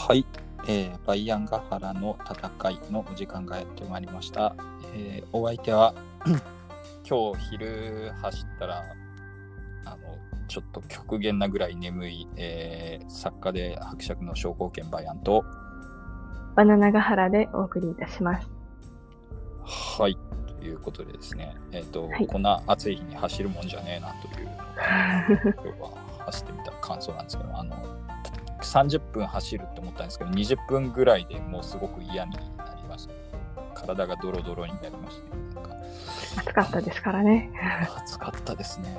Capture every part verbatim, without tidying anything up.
はい、えー、バイアンガハラの戦いのお時間がやってまいりました。えー、お相手は今日昼走ったらあのちょっと極限なぐらい眠い、えー、作家で伯爵の症候群バイアンとバナナガハラでお送りいたします。 はい、ということでですね、えーとはい、こんな暑い日に走るもんじゃねえなというのが今日は走ってみた感想なんですけど、あのさんじゅっぷん走るって思ったんですけどにじゅっぷんぐらいでもうすごく嫌になりました。体がドロドロになりました。なんか暑かったですからね。 暑かったですね。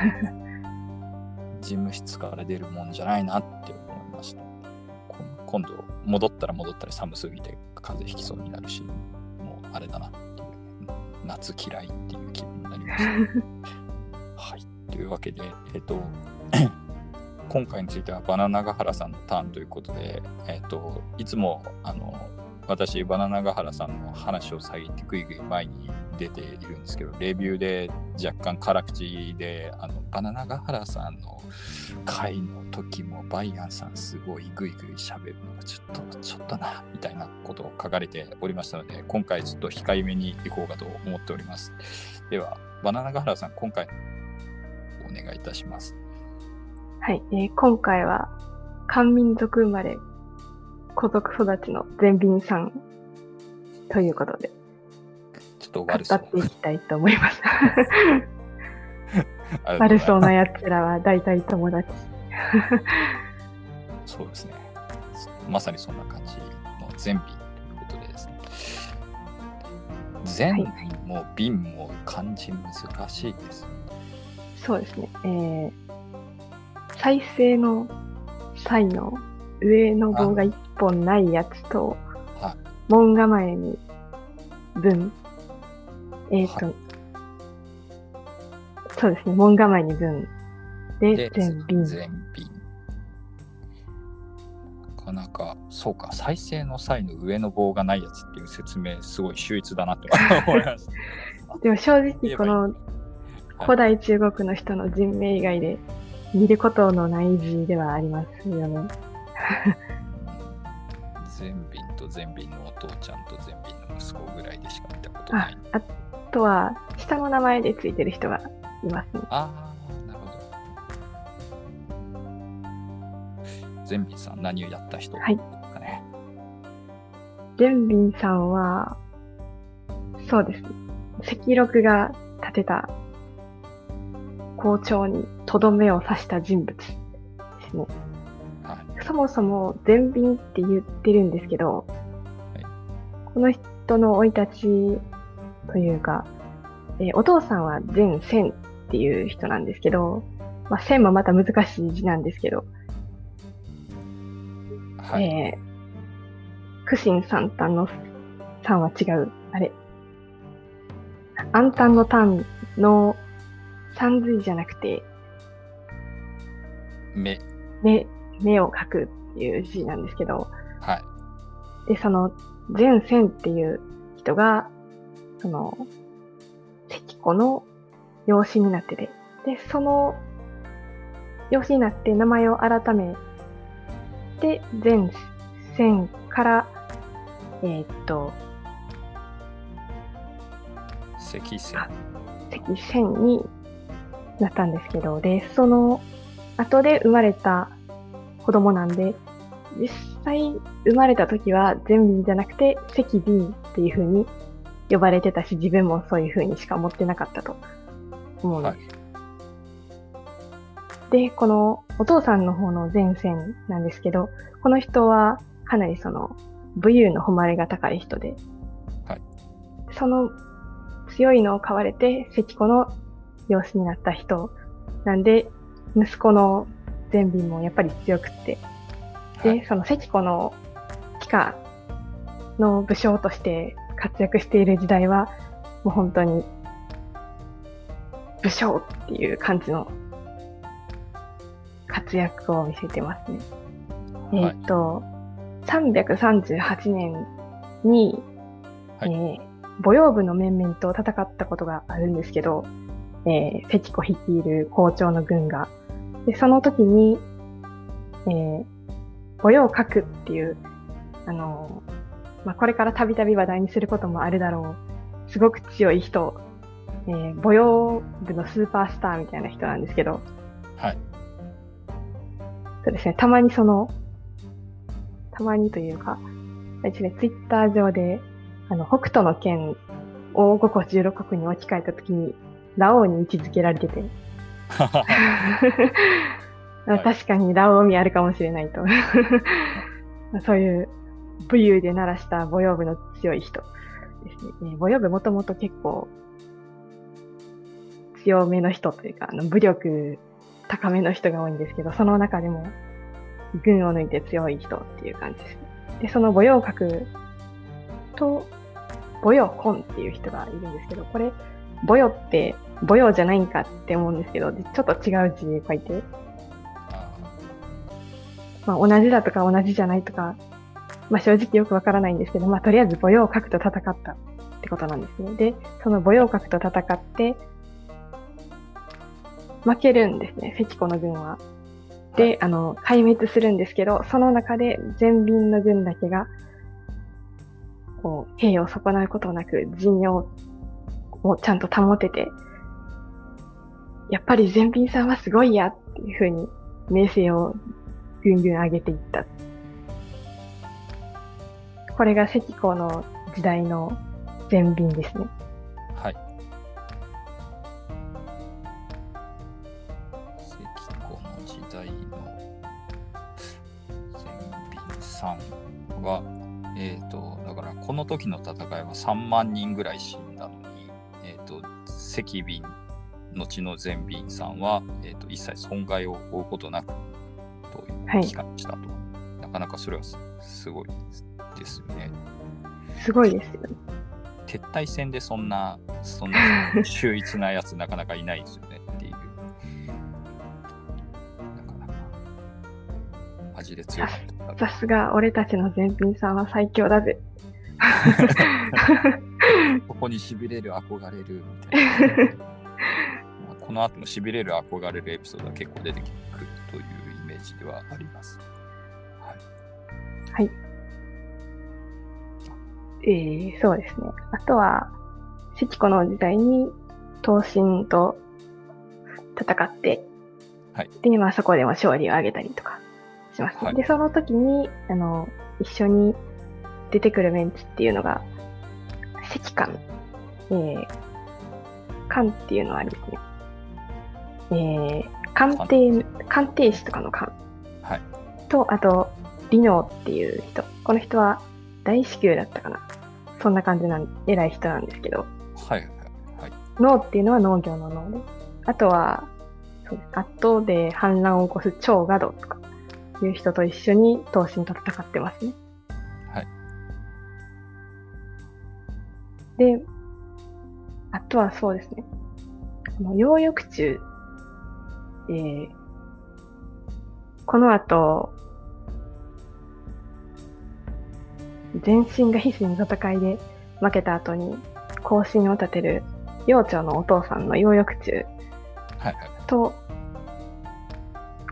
事務室から出るもんじゃないなって思いました。今度戻ったら戻ったら寒すぎて風邪ひきそうになるし、もうあれだなっていう、夏嫌いっていう気分になりました。はい、というわけで、えっと今回についてはバナナガハラさんのターンということで、えっといつもあの私バナナガハラさんの話を遮ってぐいぐい前に出ているんですけど、レビューで若干辛口で、あのバナナガハラさんの回の時もバイアンさんすごいぐいぐい喋るのがちょっとちょっとなみたいなことを書かれておりましたので、今回ちょっと控えめにいこうかと思っております。ではバナナガハラさん、今回お願いいたします。 はい、えー、今回は漢民族生まれ孤独育ちの善敏さんということでちょっと悪そう語っていきたいと思います悪そうなやつらは大体友達そうですね、まさにそんな感じの善敏ということでですね、善も敏も漢字難しいです、はい、 そうですね、えー、再生の際の上の棒が一本ないやつと、はい、門構えに文、えっ、ー、と、はい、そうですね、門構えに文で善敏。 善敏。なかなか、そうか、再生の際の上の棒がないやつっていう説明、すごい秀逸だなと思いました。 でも正直、この古代中国の人の人名以外で見ることのない字ではありますよね。 善敏と善敏のお父ちゃんと善敏の息子ぐらいでしか見たことない。 あ、あとは下の名前でついてる人がいますね。 ああ、なるほど。善敏さん、何をやった人ですかね。 善敏さんはそうですね、赤禄が建てた校長にとどめを刺した人物ですね。はい、そもそも善敏って言ってるんですけど、はい、この人の生い立ちというか、えー、お父さんは善仙っていう人なんですけど、まあ、仙もまた難しい字なんですけど、はい、えー、苦心惨憺のさんは違う、あれ、暗淡の淡の三髄じゃなくて、 目。 目、目を描くっていう字なんですけど、 はい。 で、その、善仙っていう人が、その、赤子の養子になってて、で、その、養子になって名前を改めて、善仙から、えー、っと、 赤仙。 赤仙になったんですけど、で、その後で生まれた子供なんで、実際生まれた時は善敏じゃなくて赤敏っていう風に呼ばれてたし、自分もそういう風にしか思ってなかったと思うんです。はい、で、このお父さんの方の善仙なんですけど、この人はかなりその武勇の誉れが高い人で、はい、その強いのを買われて赤子の養子になった人なんで、息子の善敏もやっぱり強くって、で、はい、その赤子の帰化の武将として活躍している時代は、もう本当に武将っていう感じの活躍を見せてますね。はい、えっと、さんびゃくさんじゅうはちねんに、はい、えー、母養部の面々と戦ったことがあるんですけど、えー、赤子率いる校長の軍が。で、その時に、えー、 母用閣っていう、あの、まあ、これからたびたび話題にすることもあるだろう。すごく強い人、えー、母用部のスーパースターみたいな人なんですけど、 はい。 そうですね、たまにその、たまにというか、ですね、ツイッター上で、あの、北斗の拳をごこじゅうろっこくに置き換えたときに、ラオウに位置づけられてて、確かにラオウ味あるかもしれないと。そういう武勇で鳴らした母用部の強い人ですね。えー母用部もともと結構強めの人というか、あの武力高めの人が多いんですけど、その中でも群を抜いて強い人っていう感じですね。で、その母用閣と母用根っていう人がいるんですけど、これ、母用って母用じゃないんかって思うんですけど、ちょっと違う字で書いて、まあ、同じだとか同じじゃないとか、まあ、正直よくわからないんですけど、まあ、とりあえず母用閣と戦ったってことなんですね。で、その母用閣と戦って、負けるんですね、関子の軍は。で、はい、あの、壊滅するんですけど、その中で全便の軍だけが、こう、兵を損なうことなく、陣容をちゃんと保てて、やっぱり全便さんはすごいやっていう風に名声をぐんぐん上げていった。これが関子の時代の全便ですね。 はい。関子の時代の全便さんは、えっと、だからこの時の戦いはさんまんにんぐらい死んだのに、えっと、関便、後の全便さんは、えっと、一切損害を負うことなく、と帰還したと、はい。なかなかそれはすごいですよね。 すごいですよね。 撤退戦でそんな、そんな秀逸なやつなかなかいないですよねっていう。なかなか、マジで強かった。 さすが、俺たちの全便さんは最強だぜ。 ここに痺れる、憧れる、みたいな。この後も痺れる、憧れるエピソードは結構出てくるというイメージではあります。はい。 はい。えー、そうですね。あとは、関子の時代に東進と戦って、 はい、 で、まあそこでも勝利を挙げたりとかします、ね。はい、で、その時に、あの、一緒に出てくるメンツっていうのが、関官。えー、官っていうのはあれですね。えー、鑑定、鑑定士とかの官。 はい。 と、あと、李能っていう人。この人は大司級だったかな。そんな感じなん、偉い人なんですけど。 はいはいはい。 農っていうのは農業の農で。あとは、そうです。圧倒で反乱を起こす張牙道とかいう人と一緒に東進と戦ってますね。 はい。 で、あとはそうですね。この楊翼中、えー、この後、前進が必死に戦いで負けた後に行進を立てる楊長のお父さんの楊翼中と、はいはい、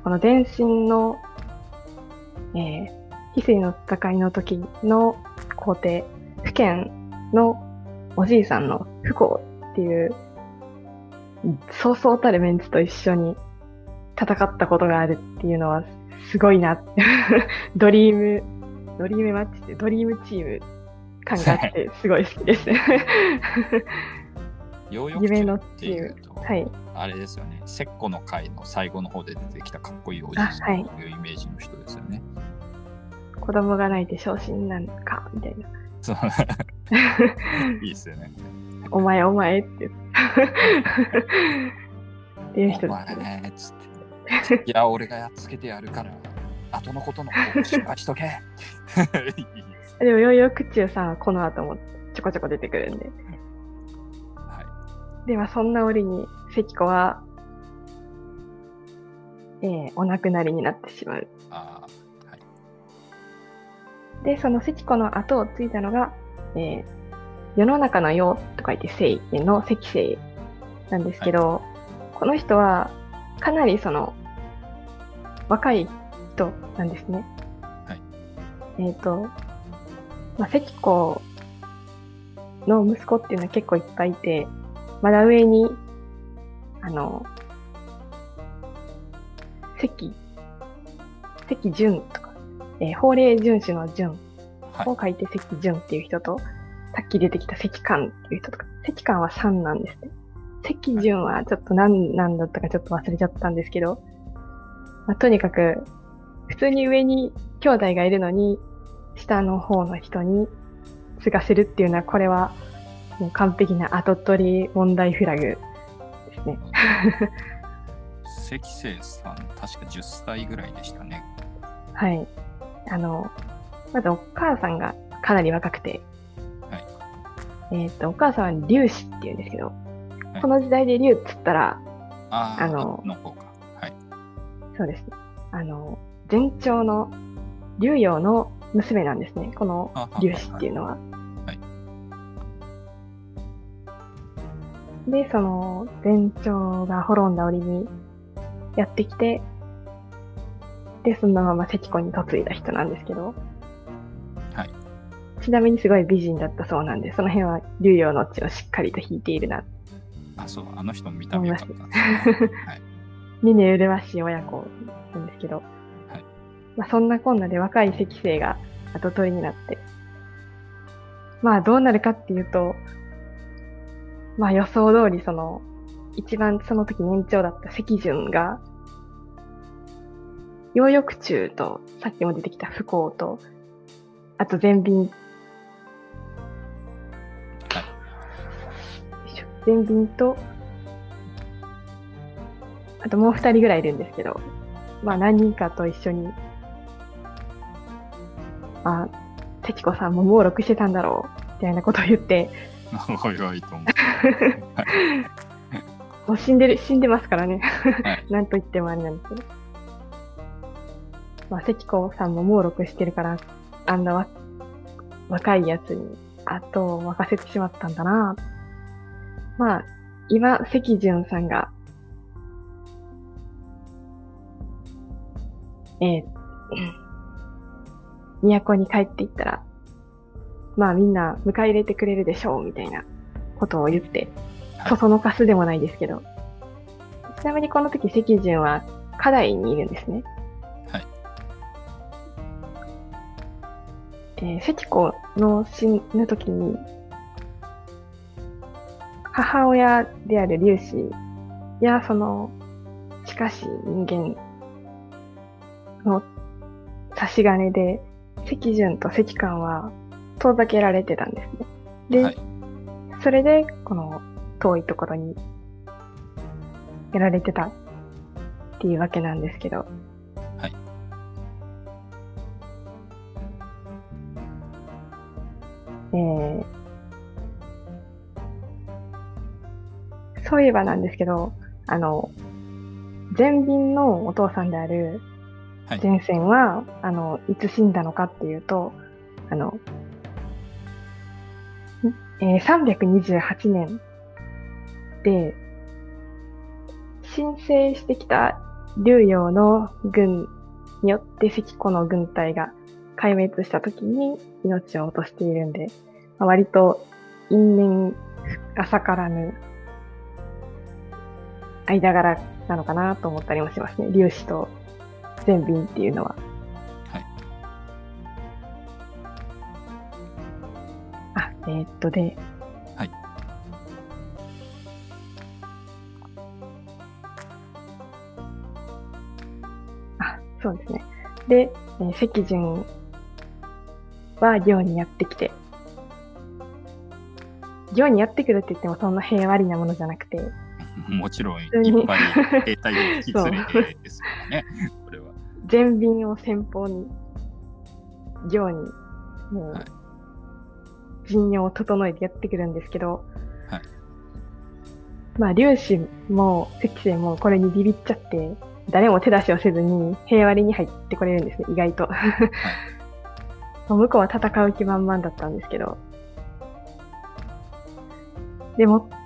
この前進の、えー、必死の戦いの時の皇帝、福建のおじいさんの福光っていう、そうそうたるメンツと一緒に戦ったことがあるっていうのはすごいなって。ドリーム、ドリームマッチってドリームチーム感があってすごい好きですね。 夢のチーム。はい。あれですよね。石膏の会の最後の方で出てきたかっこいいおじいさんというイメージの人ですよね。 はい、子供が泣いて昇進なんかみたいな。 そう。いいですよね。 お前お前ってっていう人ですね。 お前っつって。いや、俺がやっつけてやるから、後のことの方を心配しとけ。いいでも、ヨーヨークチューさんはこの後もちょこちょこ出てくるんで。 はい。 では、そんな折に関子は、えー、お亡くなりになってしまう。 あはい、 で、その関子の後を継いだのが、えー、世の中の世と書いて聖の関聖なんですけど、はい、この人はかなりその若い人なんですね。 えっと、まあ、関子の息子っていうのは結構いっぱいいて、まだ上に、あの、関、関淳とか、えー、法令遵守の淳を書いて関淳っていう人と、はい、さっき出てきた関寛っていう人とか、関寛はさんなんですね。関淳はちょっと何なんだったかちょっと忘れちゃったんですけど、まあ、とにかく、普通に上に兄弟がいるのに、下の方の人に継がせるっていうのは、これはもう完璧な跡取り問題フラグですね。 関清さん、確かじゅっさいぐらいでしたね。 はい。あの、まずお母さんがかなり若くて、 はい。 えっと、お母さんは龍子って言うんですけど、はい、この時代で龍っつったら、 あ, あの、の方か。はい。 そうですね。あの、前朝の龍陽の娘なんですね。この龍子っていうのは。 はい。 で、その前朝が滅んだ折にやってきて、で、そのまま関子に嫁いだ人なんですけど、 はい。 ちなみにすごい美人だったそうなんで、その辺は龍陽の血をしっかりと引いているな。 あ、そう、あの人も見た目良かったんですね。はい。 見に麗しい親子なんですけど、はい。まあ、そんなこんなで若い関清が跡取りになって、まあどうなるかっていうと、まあ予想通りその、一番その時年長だった関淳が、陽翼中と、さっきも出てきた不幸と、あと善敏、 はい、 善敏と、あともう二人ぐらいいるんですけど、まあ何人かと一緒に、まあ、関子さんも猛録してたんだろう、みたいなことを言って、 おいおいと思う。 もう死んでる、死んでますからね。 はい、 なんと言ってもあれなんですけど。まあ、関子さんも猛録してるから、あんなわ若いやつに後を任せてしまったんだな。まあ、今、関淳さんが、えー、都に帰っていったら、まあみんな迎え入れてくれるでしょう、みたいなことを言って、そそのかすでもないですけど。ちなみにこの時関淳は家代にいるんですね。 はい。 えー、関子の死ぬ時に、母親である龍子やその近しい人間の差し金で、関淳と関寛は遠ざけられてたんですね。で、はい、それでこの遠いところにやられてたっていうわけなんですけど。 はい。 えー、そういえばなんですけど、あの、善敏のお父さんである善泉は、はい、あの、いつ死んだのかっていうと、あの、えー、さんびゃくにじゅうはちねんで、申請してきた龍陽の軍によって関子の軍隊が壊滅した時に命を落としているんで、まあ、割と因縁浅からぬ間柄なのかなと思ったりもしますね。龍子と善敏っていうのは。 はい。 あ、えー、っとで、 はい。 あ、そうですね。で、えー、関淳は寮にやってきて、寮にやってくるって言ってもそんな平和なものじゃなくて、 もちろんいっぱい兵隊を引き連れてですからね、これは。 善敏を先方に、寮に、もう、陣容を整えてやってくるんですけど、 はい、 まあ、龍子も関清もこれにビビっちゃって、誰も手出しをせずに平和に入ってこれるんですね、意外と。はい、向こうは戦う気満々だったんですけど、でもって、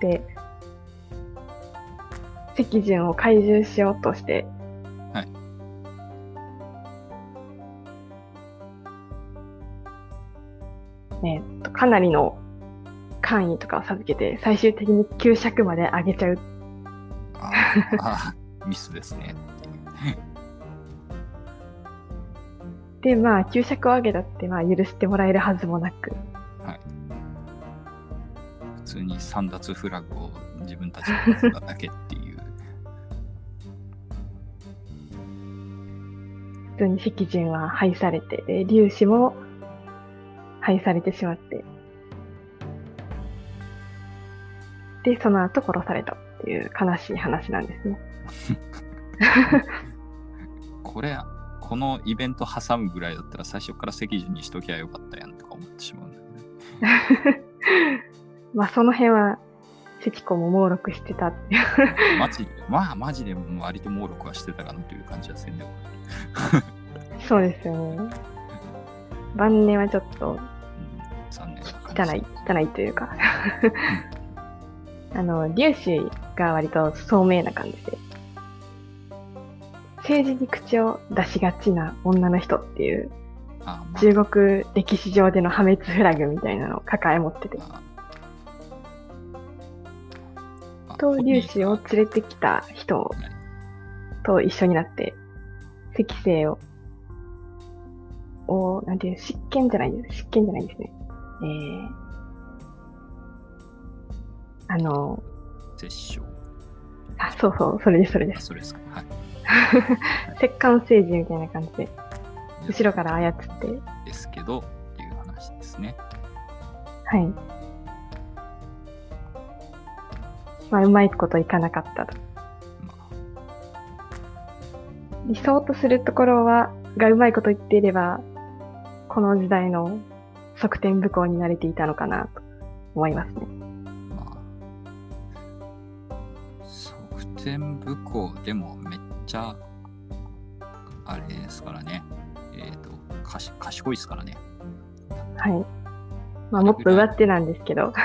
関淳を懐柔しようとして、 はい、 かなりの官位とかを授けて、最終的に給釈まで上げちゃう。 ああ、ミスですね。 で、まあ、給釈を上げたって、まあ、許してもらえるはずもなく。 はい。普通に簒奪フラグを自分たちで出しただけっていう。 普通に席順は廃されて、で粒子も廃されてしまって。で、その後殺されたっていう悲しい話なんですね。 これ、このイベント挟むぐらいだったら最初から席順にしときゃよかったやんとか思ってしまうんだけど。 まあその辺は関子も猛録してたっていう。 マジで、まあマジで割と猛録はしてたかなという感じはせんでもそうですよね。晩年はちょっと、うん、 残念汚い、汚いというか。あの、粒子が割と聡明な感じで。政治に口を出しがちな女の人っていう、ああまあ、中国歴史上での破滅フラグみたいなのを抱え持ってて。と、粒子を連れてきた人と一緒になって、石星を、を、なんていう、執権じゃないです。執権じゃないですね。えー、あの、 絶唱。 あ、そうそう、それです、それです。 それですか。はい。 摂関政治みたいな感じで、後ろから操って。 ですけど、っていう話ですね。 はい。まあ、うまいこといかなかったと。まあ、理想とするところは、がうまいこと言っていれば、この時代の側転武功になれていたのかなと思いますね。まあ、側転武功でもめっちゃあれですからね。えっと、かし賢いですからね。 はい。まあもっと上手なんですけど。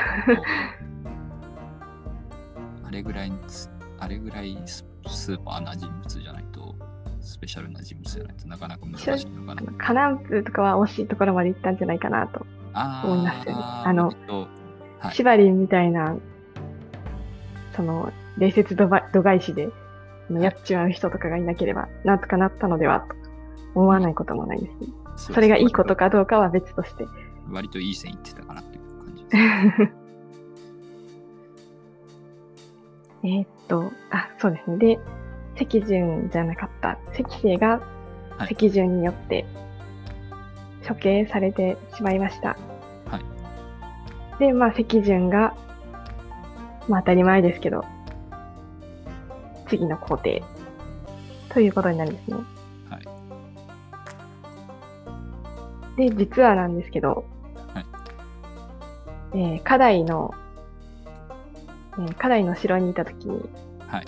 あれぐらい、あれぐらいスーパーな人物じゃないと、スペシャルな人物じゃないとなかなか難しいのかな。 カナンプとかは惜しいところまで行ったんじゃないかなと思いますよね。あの、はい、シバリンみたいな、その、冷徹度外視で、やっちまう人とかがいなければ、なんとかなったのではと思わないこともないですね。うん、そ, それがいいことかどうかは別として。 割といい線いってたかなっていう感じです。 えっと、あ、そうですね。で、席順じゃなかった石星が席順によって処刑されてしまいました。はい。で、まあ席順が、まあ当たり前ですけど、次の工程ということになるんですね。はい。で、実はなんですけど、はい。えー、課題の、えー、課題の城にいたときに、はい。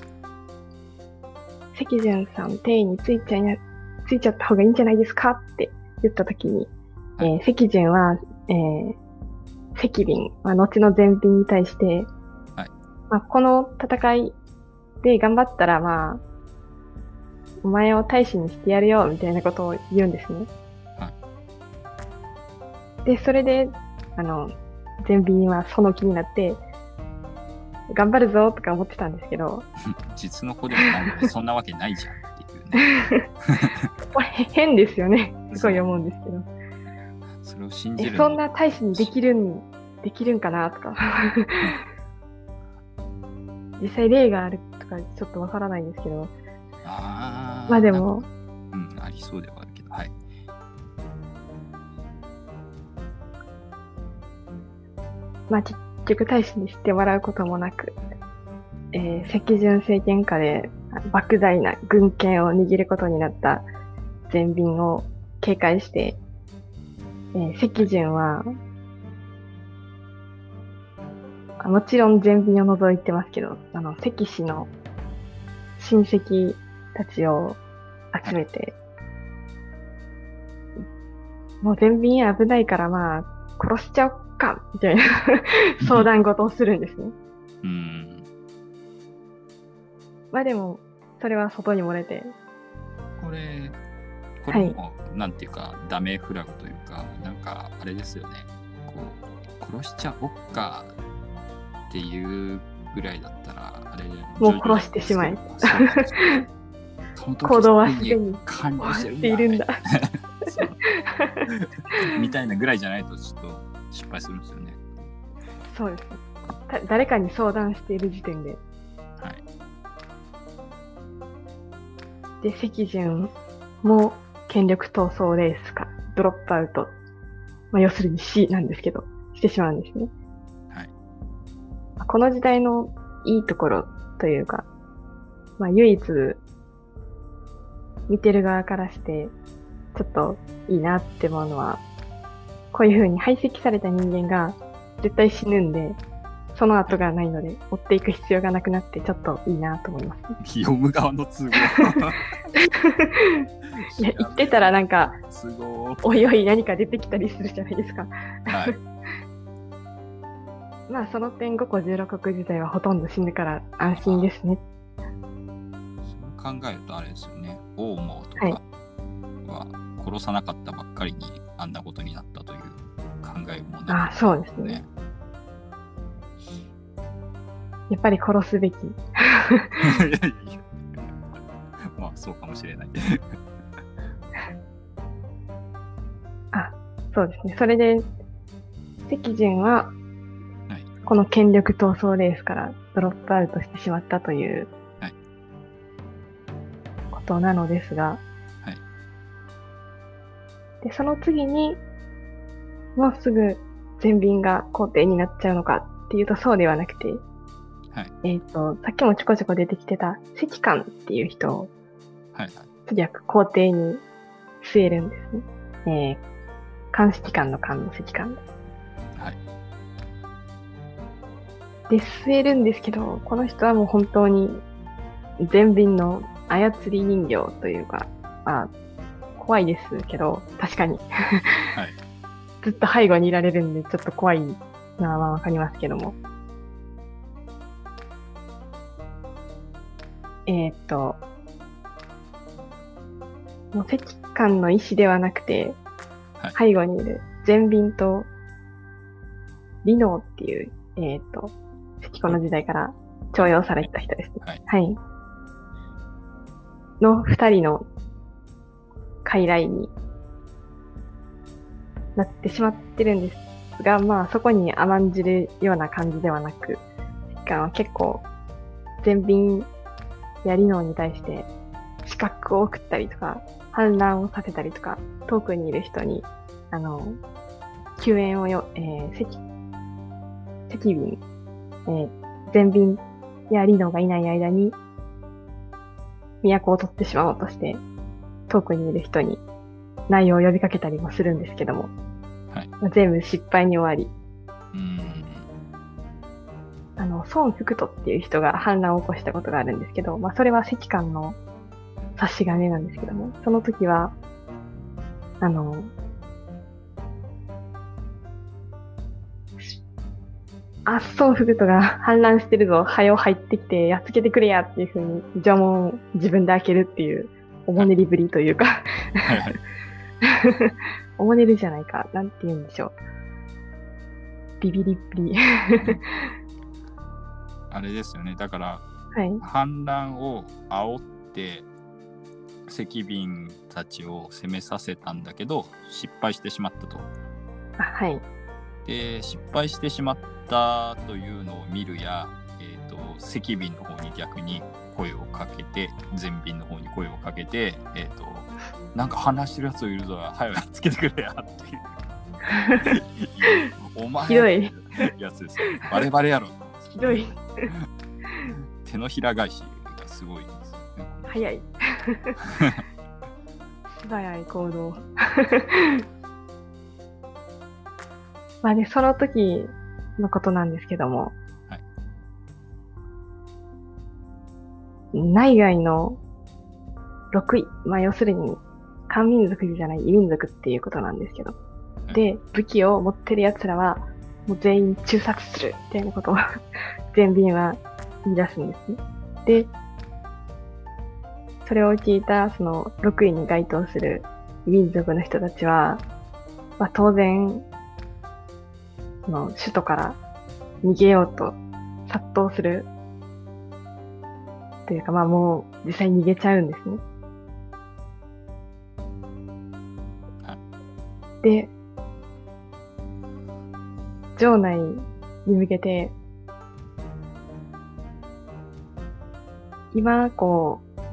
関潤さん、定位についちゃいな、ついちゃった方がいいんじゃないですかって言ったときに、はい、えー、関潤は、えー、関瓶、まあ、後の前瓶に対して、はい。まあ、この戦いで頑張ったら、まあ、お前を大使にしてやるよ、みたいなことを言うんですね。はい。で、それで、あの、前瓶はその気になって、頑張るぞとか思ってたんですけど。 実の子でもないそんなわけないじゃんっていうね。 これ変ですよね。すごい思うんですけど。 それを信じる。 そんな大使にできるん、できるんかなとか。実際例があるとかちょっとわからないんですけど。 あまあでも。 うん、ありそうではあるけど、はい。 まあ結局大使にしてもらうこともなく、えー、赤順政権下で莫大な軍権を握ることになった前便を警戒して、えー、赤順は、もちろん前便を除いてますけど、あの、関氏の親戚たちを集めて、もう前便危ないからまあ、殺しちゃおっか、みたいな相談事をするんですね。うん。まあでも、それは外に漏れて。 これ、これも、はい、なんていうか、ダメフラグというか、なんか、あれですよね。こ殺しちゃおっかっていうぐらいだったら、あれもう殺してしまえ。行動はすでに完了してるんだいるんだみたいなぐらいじゃないとちょっと失敗するんですよね。 そうですね。誰かに相談している時点で。 はい。 で、席順も権力闘争レースかドロップアウト、まあ、要するに死なんですけど、してしまうんですね。 はい。 この時代のいいところというか、まあ、唯一見てる側からしてちょっといいなって思うのは、こういう風に排斥された人間が絶対死ぬんで、その後がないので追っていく必要がなくなってちょっといいなと思います、ね。 読む側の都合。 いや、言ってたらなんか都合おいおい何か出てきたりするじゃないですか。 はい。 まあその点ごこじゅうろく国時代はほとんど死ぬから安心ですね。 そう考えるとあれですよね。大毛とかは殺さなかったばっかりにあんなことになったという考えもね。 あ、そうですね。やっぱり殺すべき。 まあそうかもしれない。 あ、そうですね。それで席順はこの権力闘争レースからドロップアウトしてしまったということなのですが、 はい、 でその次にもうすぐ全便が皇帝になっちゃうのかっていうとそうではなくて、 はい、 えっと、さっきもちょこちょこ出てきてた石官っていう人を、 はいはい、 次は皇帝に据えるんですね。えー、監視機関の官の石官です。 はい。 で、据えるんですけど、この人はもう本当に全便の操り人形というか、まあ、怖いですけど、確かに。はい、ずっと背後にいられるんで、ちょっと怖いのはわかりますけども。えー、っと、もう石官の意思ではなくて、はい、背後にいる全便とリノーっていう、えー、っと、石この時代から重用されてた人ですね。はい。はい、の二人の傀儡になってしまってるんですが、まあそこに甘んじるような感じではなく、石官は結構全便やリノーに対して資格を送ったりとか、反乱をさせたりとか、遠くにいる人に、あの、救援をよ、えー、赤、赤便、えー、全便やリノーがいない間に、都を取ってしまおうとして、遠くにいる人に内容を呼びかけたりもするんですけども、はい、全部失敗に終わり、うーんあの、孫福斗っていう人が反乱を起こしたことがあるんですけど、まあそれは石官の差し金なんですけども、その時は、あの、あ、孫福斗が反乱してるぞ、はよ入ってきてやっつけてくれやっていう風に城門を自分で開けるっていうおもねりぶりというか、おもねるじゃないか、なんて言うんでしょう。ビビリっぷり。 あれですよね。だから、 はい、 反乱を煽って赤便たちを攻めさせたんだけど失敗してしまったと。 あ、はい。 で、失敗してしまったというのを見るや、えーと、赤便の方に逆に声をかけて、全便の方に声をかけて、えーと、なんか話してるやつがいるぞ、早くつけてくれやっていう。お前ひどいやつですよ。バレバレやろ。 ひどい。 手のひら返しがすごいですよね。 早い。素早い行動。まあね、その時のことなんですけども、はい、内外のろくい、まあ要するに漢民族じゃない異民族っていうことなんですけど、はい、で、武器を持ってる奴らはもう全員中殺するみたいなことを全便は言い出すんですね。で、それを聞いたそのろくいに該当する異民族の人たちは、まあ当然その首都から逃げようと殺到するというか、まあもう実際逃げちゃうんですね。で、城内に向けて、今、こう、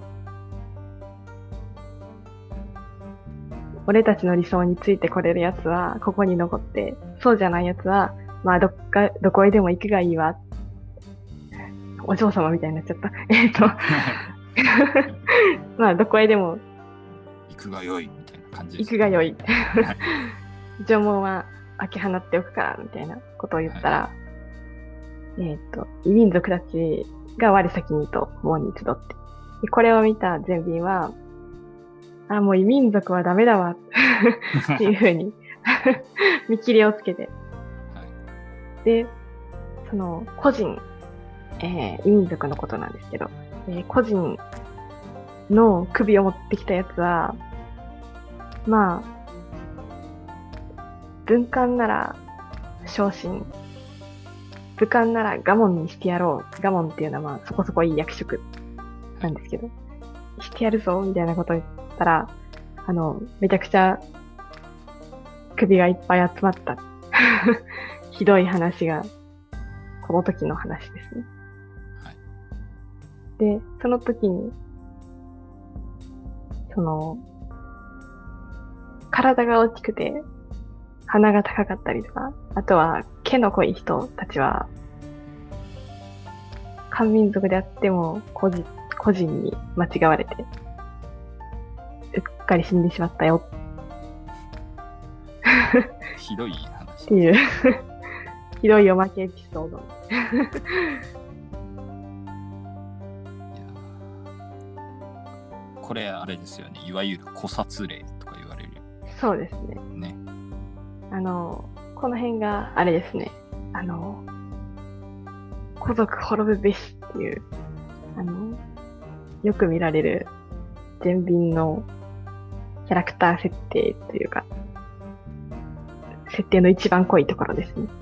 俺たちの理想についてこれるやつは、ここに残って、そうじゃないやつは、まあ、どっか、どこへでも行くがいいわ。お嬢様みたいになっちゃった。えっと、まあ、どこへでも、 行くがよい、みたいな感じです。行くがよい。縄文は開け放っておくから、みたいなことを言ったら、はい、えっと、異民族たちが我先にと門に集って。でこれを見た全民は、あ、もう異民族はダメだわっていう風に見切りをつけて、はい、で、その個人、えー、異民族のことなんですけど、えー、個人の首を持ってきたやつは、まあ、文官なら昇進、武官なら我門にしてやろう。我門っていうのはまあそこそこいい役職なんですけど、してやるぞみたいなことを言ったら、あの、めちゃくちゃ首がいっぱい集まった。ひどい話が、この時の話ですね。はい、で、その時に、その、体が大きくて、鼻が高かったりとか、あとは毛の濃い人たちは、漢民族であっても個人、個人に間違われて、うっかり死んでしまったよ。 ひどい話。 っていう、ひどいおまけエピソード。いやこれあれですよね。いわゆる古刹令とか言われる。 そうですね。 ね。 あの、この辺があれですね。あの、孤族滅ぶべしっていう、あの、よく見られる前便のキャラクター設定というか、設定の一番濃いところですね。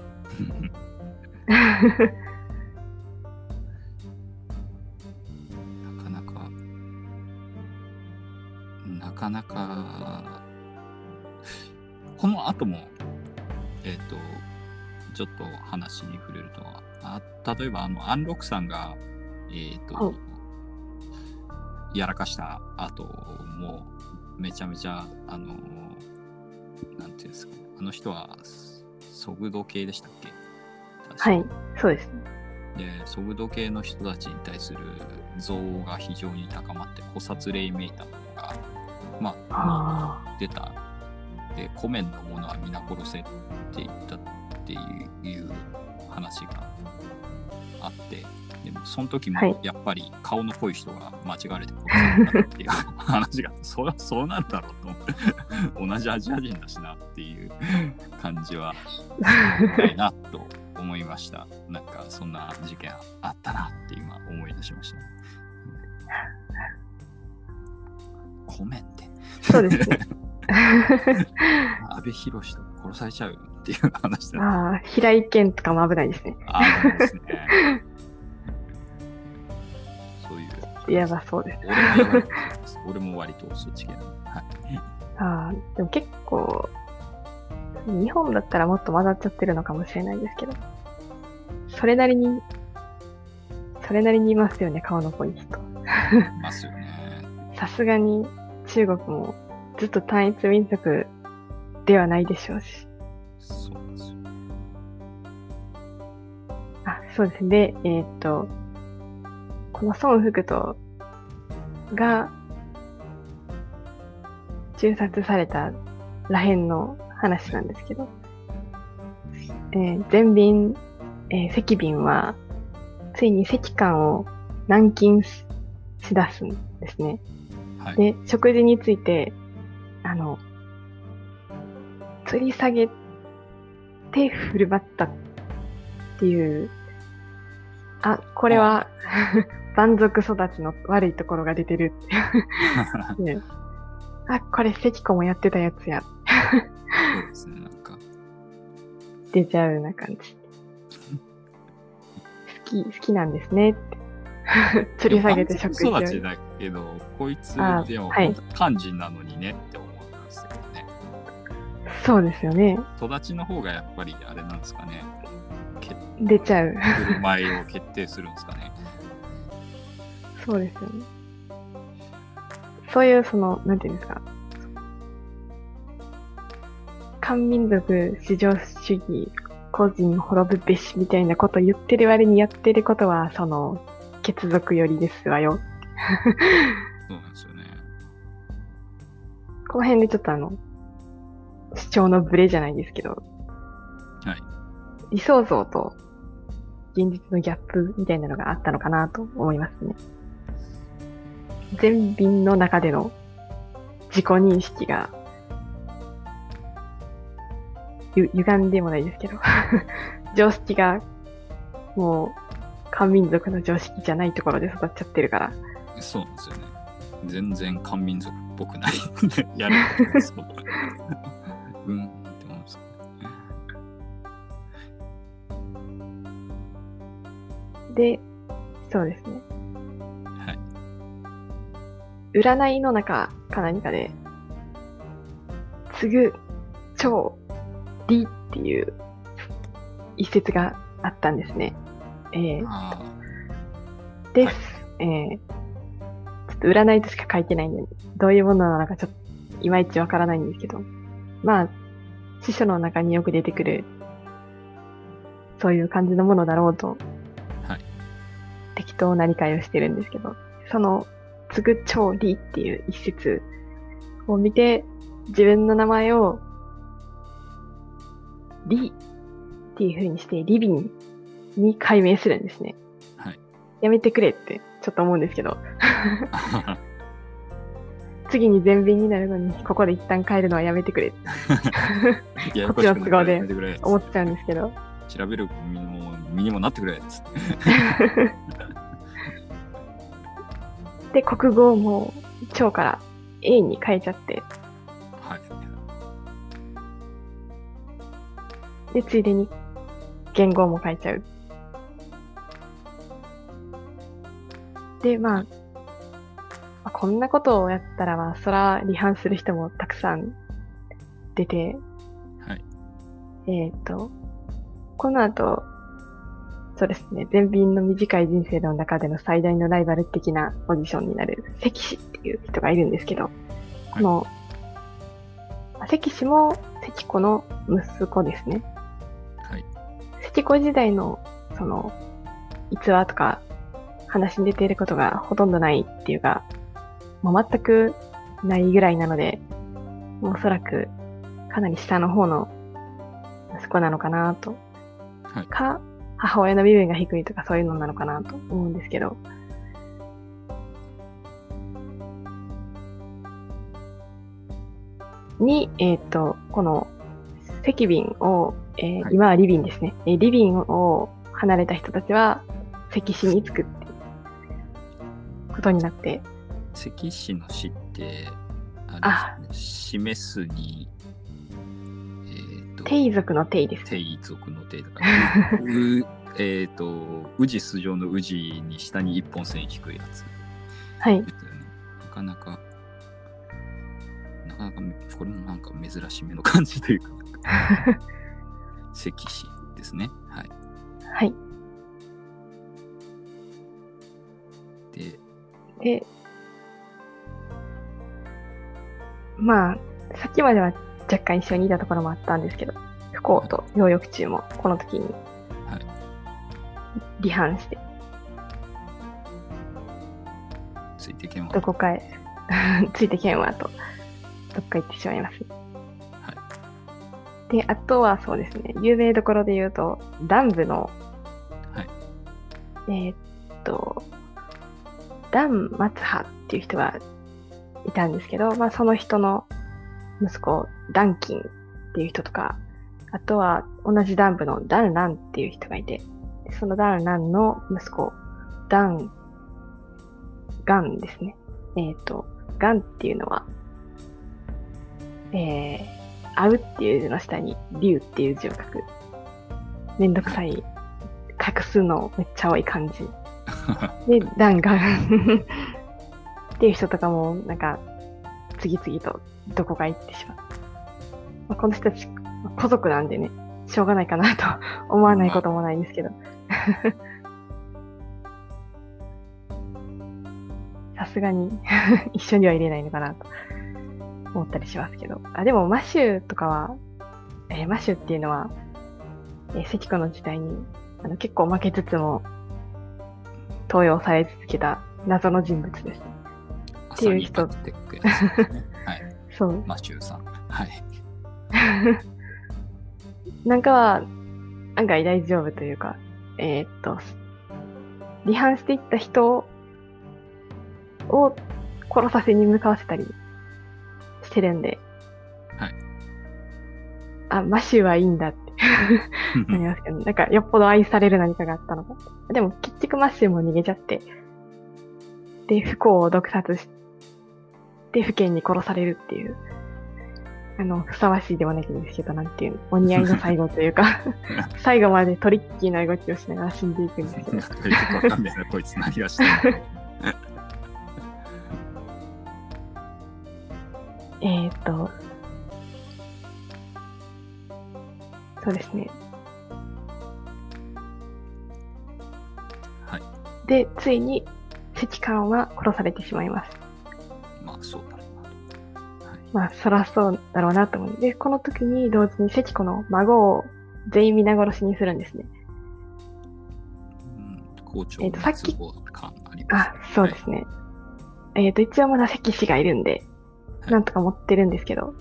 なかなか、なかなか、この後も、えっと、ちょっと話に触れると、あ例えばあの安禄さんが、えっと、はい、やらかした後もめちゃめちゃあのなんていうんですか、あの人は速度系でしたっけ？ はい、そうですね。 で、速度系の人たちに対する憎悪が非常に高まって古刹令めいたのが、まあ、あ出た。で、古面の者は皆殺せって言ったっていう話があって、でもその時もやっぱり顔の濃い人が間違われて殺されたっていう話があって、そりゃそうなんだろうと思って同じアジア人だしなっていう感じはないなと思いました。なんかそんな事件あったなって今思い出しました、ね。古面ってそうですね。 阿部寛と殺されちゃうっていう話だ、ね。 ああ、平井堅とかも危ないですね。 ああ、そうですね。そういう。 やばそうです。 俺も俺も割とそっち系なの。はい。 ああ、でも結構、日本だったらもっと混ざっちゃってるのかもしれないですけど、それなりに、それなりにいますよね、顔の濃い人。 いますよね。 さすがに中国もずっと単一民族ではないでしょうし。 そうですよ。 あ、そうですね。で、えーっと、この孫福とが銃殺されたらへんの話なんですけど、えー、前便、えー、赤便はついに赤官を軟禁しだすんですね。はい、で、食事について、あの、吊り下げて振る舞ったっていう、あ、これは蛮族育ちの悪いところが出てるって、ね。あ、これ関子もやってたやつや。 そうですね、なんか。 出ちゃうような感じ。好き、好きなんですねって。吊り下げて食事を。 育ちだけど、こいつでも、はい、肝心なのにねって思うんですよね。 そうですよね。 育ちの方がやっぱりあれなんですかね。 出ちゃう。 振る舞いを決定するんですかね。 そうですよね。そういう、その、なんていうんですか。漢民族至上主義、個人滅ぶべしみたいなこと言ってる割にやってることは、その、血族寄りですわよ。 そうなんですよね。 この辺でちょっとあの、主張のブレじゃないですけど、 はい。 理想像と現実のギャップみたいなのがあったのかなと思いますね。全便の中での自己認識がゆ歪んでもないですけど常識がもう漢民族の常識じゃないところで育っちゃってるから。 そうなんですよね。全然漢民族っぽくないやるんですようんって思いますね。 で、そうですね。 はい。 占いの中か何かで、継ぐ超理っていう一節があったんですね。えー、です、はい、えー。ちょっと占いとしか書いてないんで、どういうものなのかちょっといまいちわからないんですけど、まあ、司書の中によく出てくる、そういう感じのものだろうと、 はい、 適当な理解をしてるんですけど、その、継ぐ超理っていう一節を見て、自分の名前を、リっていう風にして、リビンに改名するんですね。 はい。 やめてくれってちょっと思うんですけど。次に全便になるのに、ここで一旦帰るのはやめてくれ。こっちの都合で思っちゃうんですけど。 調べる身にも身にもなってくれっつってで、国語も超から A に変えちゃって。 はい。 で、ついでに言語も変えちゃう。で、まあ、まあ、こんなことをやったら、まあ、そら離反する人もたくさん出て、 はい。 えっと、この後、そうですね、全便の短い人生の中での最大のライバル的なポジションになる関氏っていう人がいるんですけど、この、はい、関氏も関子の息子ですね。 はい。 関子時代の、その、逸話とか、話に出ていることがほとんどないっていうか、もう全くないぐらいなので、もうおそらくかなり下の方の息子なのかなと。 はい、 か、母親の身分が低いとかそういうのなのかなと思うんですけど。に、えっと、この関便を、えーはい、今はリビンですね。リビンを離れた人たちは関氏につくってことになって。 関氏の氏って、あれですね、示すに、えーと、 帝族の帝です。 帝族の帝だから、うえっと、宇治素性の宇治に下に一本線引くやつ。 はい。 なかなか、なかなか、これもなんか珍しめの感じというか、関氏ですね。はい。 はい。 で、 で、まあ、さっきまでは若干一緒にいたところもあったんですけど、不幸と養育中もこの時に離反して、 ついてけんわどこかへついてけんわとどっか行ってしまいます。 はい。 で、あとはそうですね、有名どころで言うと、ダン部の、 はい、 えー、っと、ダン松葉っていう人がいたんですけど、まあその人の息子、ダンキンっていう人とか、あとは同じダン部のダンランっていう人がいて、そのダンランの息子、ダン、ガンですね。えっと、ガンっていうのは、えー、会うっていう字の下に、竜っていう字を書く、 めんどくさい、隠すのめっちゃ多い感じ。で、ダンがっていう人とかも、なんか、次々とどこか行ってしまう。まあ、この人たち、家族なんでね、しょうがないかなと思わないこともないんですけど。さすがに一緒には入れないのかなと思ったりしますけど。あ、でもマシューとかは、えー、マシューっていうのは、えー、関子の時代にあの結構負けつつも登用され続けた謎の人物です。っていう人。 テックやつですね。はい。 そう。 マシューさん。はい。 なんかは案外大丈夫というか、えー、っと、離反していった人を殺させに向かわせたりしてるんで、 はい。 あ、マシューはいいんだってなりますけど、なんかよっぽど愛される何かがあったのか。でも結局マシューも逃げちゃって、で、不幸を毒殺して、不敬に殺されるっていう、あの、ふさわしいではないんですけど、なんていうの、お似合いの最後というか、最後までトリッキーな動きをしながら死んでいくんですけど。 よくわかんないな、こいつ何がしてるの。 えーっと、そうですね。 はい。 で、ついに関寛は殺されてしまいます。 まあ、そうだろうなと。はい、 まあ、そらそうだろうなと思う。で、この時に同時に関子の孫を全員皆殺しにするんですね。 うん、校長えーと、さっき、 感あります、 あ、そうですね。はい、えっと、一応まだ関氏がいるんで、はい、なんとか持ってるんですけど、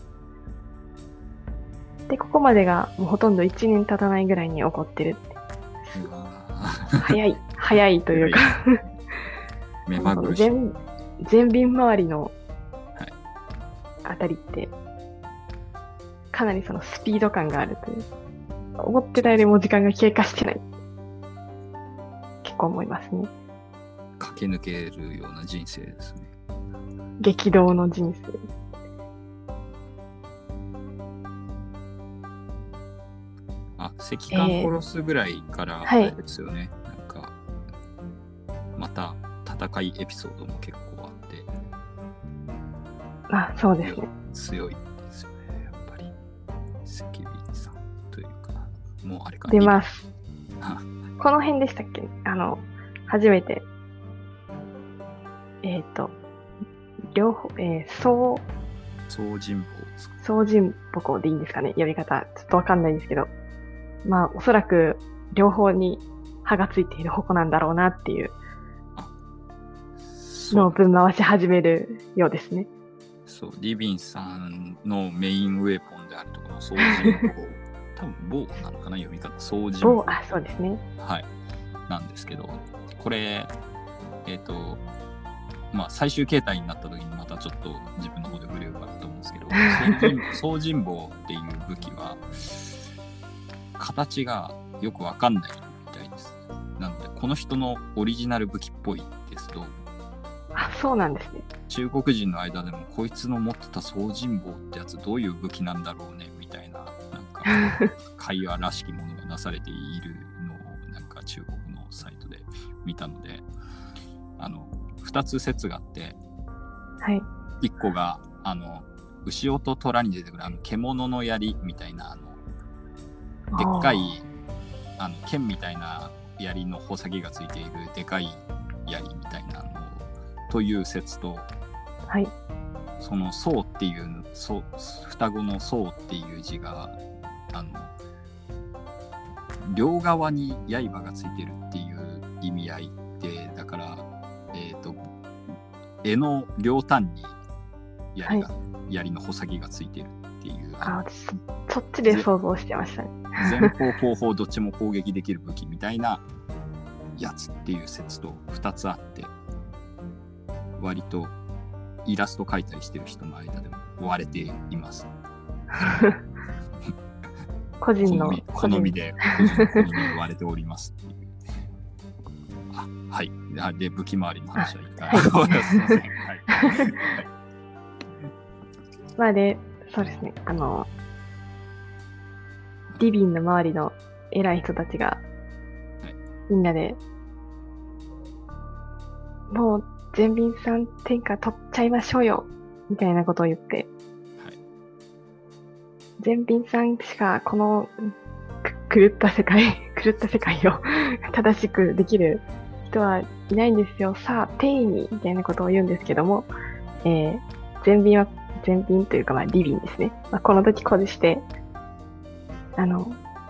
で、ここまでがもうほとんどいちねん経たないぐらいに起こってるって。早い、早いというか目まぐるしい。 全、全便周りのあたりって、かなりそのスピード感があるという。思ってたよりも時間が経過してない。結構思いますね。 駆け抜けるような人生ですね。 激動の人生。 あ、赤官殺すぐらいからあれですよね、えーはい、なんかまた戦いエピソードも結構あって、 あ、そうですね。 強いですよね、やっぱり関口さんというか、もうあれか出ます。この辺でしたっけ？あの初めてえっ、ー、と両方えー、総総人坊ですか？ 総人坊でいいんですかね、呼び方ちょっとわかんないんですけど。まあ、おそらく両方に歯がついている矛なんだろうなっていうのをぶん回し始めるようですね。 そう、リビンさんのメインウェポンであるところの総人坊、多分棒なのかな、読み方、総人坊。 あ、そうですね。 はい。なんですけど、これ、えっと、まあ、最終形態になった時にまたちょっと自分の方で触れようかなと思うんですけど、総人坊っていう武器は、形がよくわかんないみたいです。なのでこの人のオリジナル武器っぽいですと、 あ、そうなんですね。 中国人の間でもこいつの持ってた総人坊ってやつどういう武器なんだろうねみたいな、なんか会話らしきものがなされているのをなんか中国のサイトで見たので、あのふたつ説があって、 はい、 いっこがあの牛尾と虎に出てくるあの獣の槍みたいな、あのでっかいあの剣みたいな槍の穂先がついているでかい槍みたいなのという説と、 はい、 その宋っていうそう双子の宋っていう字があの両側に刃がついてるっていう意味合いで、だからえっと柄の両端に槍が、はい、槍の穂先がついてるっていう、 あ、そっちで想像してましたね。 前方後方どっちも攻撃できる武器みたいなやつっていう説とふたつあって、割とイラスト描いたりしてる人の間でも割れています個人の好みで個人の好みで割れておりますっていうあ、はい。で武器周りの話は一回、はい、すいません、はい、 まあで、そうですね、あのリビンの周りの偉い人たちが、 はいみんなで、もう全便さん天下取っちゃいましょうよみたいなことを言って、 はい。 全便さんしかこのく狂った世界、狂った世界を正しくできる人はいないんですよ。さあ、定位にみたいなことを言うんですけども、えー、全便は、全便というか、まあ、リビンですね。まあ、この時誇示して、あの、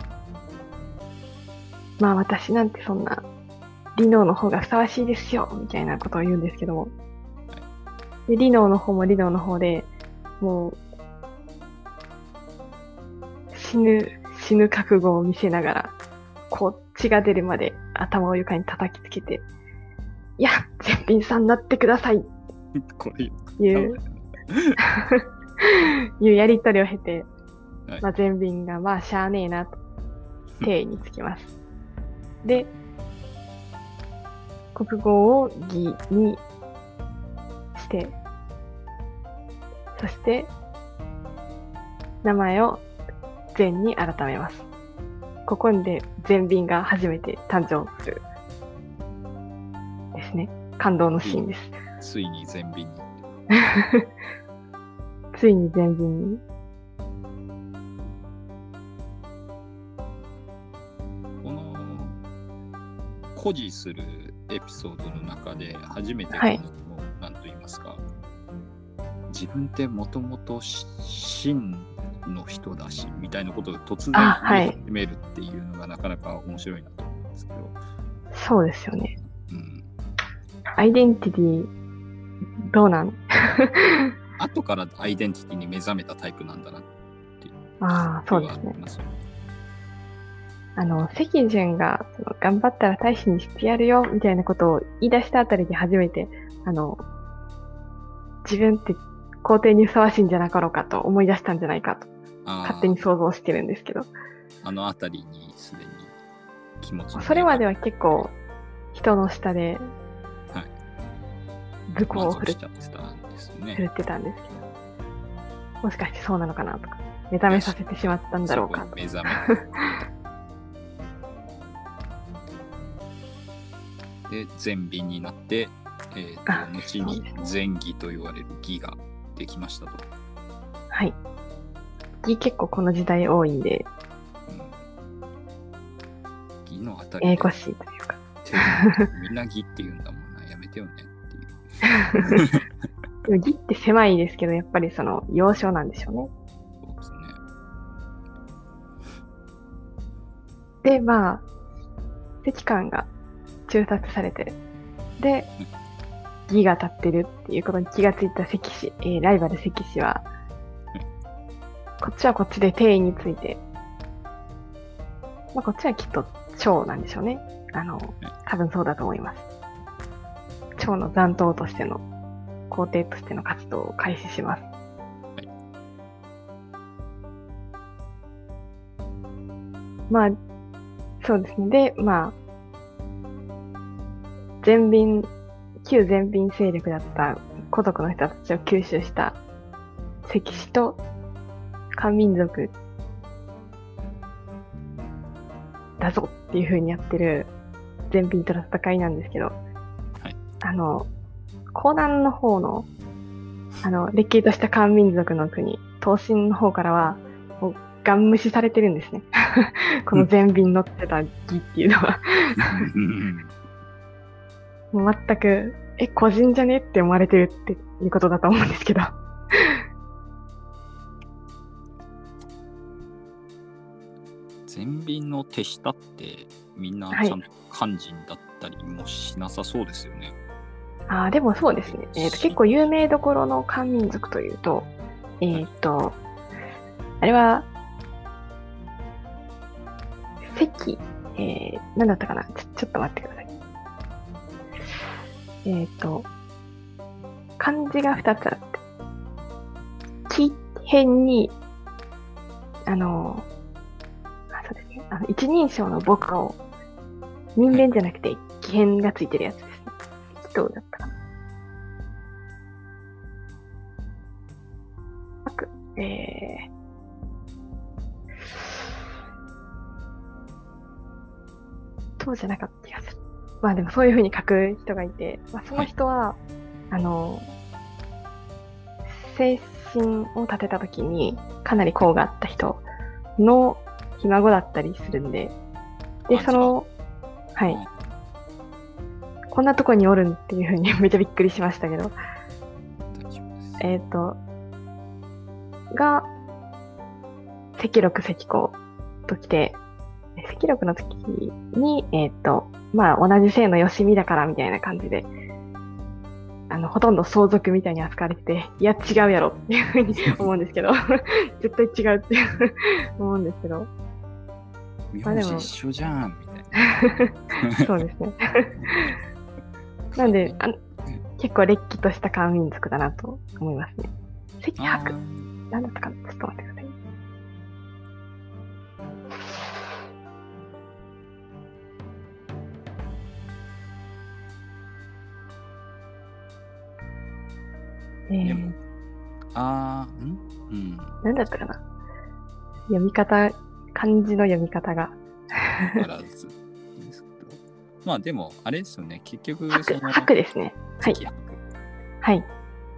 まあ私なんてそんな、リノーの方がふさわしいですよみたいなことを言うんですけども、でリノーの方もリノーの方で、もう、死ぬ、死ぬ覚悟を見せながら、こう血が出るまで頭を床に叩きつけて、いや、全品さんになってくださいこれいう、いうやりとりを経て、 はいまあ、全便がまあしゃあねえなと、定位につきます。で、国語を義にして、そして、名前を善に改めます。ここで全便が初めて誕生する。ですね。感動のシーンです。 ついに全便に。 ついに全便に。 この誇示するエピソードの中で初めてこの、 はい、 なんと言いますか、自分ってもともと真の人だしみたいなことを突然言い始めるっていうのがなかなか面白いなと思うんですけど、 そうですよね。 うん、 アイデンティティどうなん後からアイデンティティに目覚めたタイプなんだなっていう。 ああ、そうですね。 すよね。 あの、関潤がその頑張ったら大使にしてやるよみたいなことを言い出したあたりで初めて、あの、自分って皇帝にふさわしいんじゃなかろうかと思い出したんじゃないかと、勝手に想像してるんですけど。 あのあたりにすでに気持ちそれまでは結構人の下で、武功を振るってたんですね。振るってたんですけど、もしかしてそうなのかなとか、目覚めさせてしまったんだろうかと。 目覚めで、全便になって、えー、と後に前義と言われる義ができましたと。 はい。義結構この時代多いんで、 義、うん、のあたりややこしいというか。 みんな義って言うんだもんな、やめてよねっていう。 でも義って狭いですけど、やっぱりその要所なんでしょうね。 そうですね。 で、まあ、関官が中殺されて、で、義が立ってるっていうことに気がついた関氏、えー、ライバル関氏は、こっちはこっちで定位について、まあ、こっちはきっと長なんでしょうね。あの、多分そうだと思います。長の残党としての、皇帝としての活動を開始します。まあ、そうですね。で、まあ、全便、旧全便勢力だった古族の人たちを吸収した関氏と漢民族だぞっていう風にやってる全便との戦いなんですけど、はい、あの、江南の方の、あの、れっきりとした漢民族の国、東進の方からは、もうガン無視されてるんですね。この全便乗ってた義っていうのは。もう全く、え、個人じゃねって思われてるっていうことだと思うんですけど。 全便の手下ってみんなちゃんと漢人だったりもしなさそうですよね。 はい、ああ、でもそうですね。えっと、結構有名どころの漢民族というと、えっと、あれは、関、えー、なんだったかなちょ、ちょっと待ってください。えっと、漢字が二つあって、木辺に、あの、あ、そうですね。あの、一人称の僕を、人弁じゃなくて、木辺がついてるやつですね。どうだったかな。えー、 人じゃなかった気がする。まあでもそういう風に書く人がいて、まあ、その人は、はい、あの、精神を立てた時にかなり功があった人のひ孫だったりするんで、で、その、はい。こんなとこにおるんっていう風にめっちゃびっくりしましたけど、えっと、が、赤禄赤光ときて、赤禄の時に、えっと、まあ同じ姓の吉見だからみたいな感じで、あの、ほとんど相続みたいに扱われてて、いや違うやろっていうふうに思うんですけど、絶対違うって思うんですけど。 名字一緒じゃんみたいな。そうですね。なんであ、結構れっきとした漢民族だなと思いますね。赤白。なんだったかな、ちょっと待ってください。えー、 でも、あー、んうん。 なんだったかな。読み方、漢字の読み方が。 わからずですけど。まあでも、あれですよね。結局、その。 白ですね。はい。はい。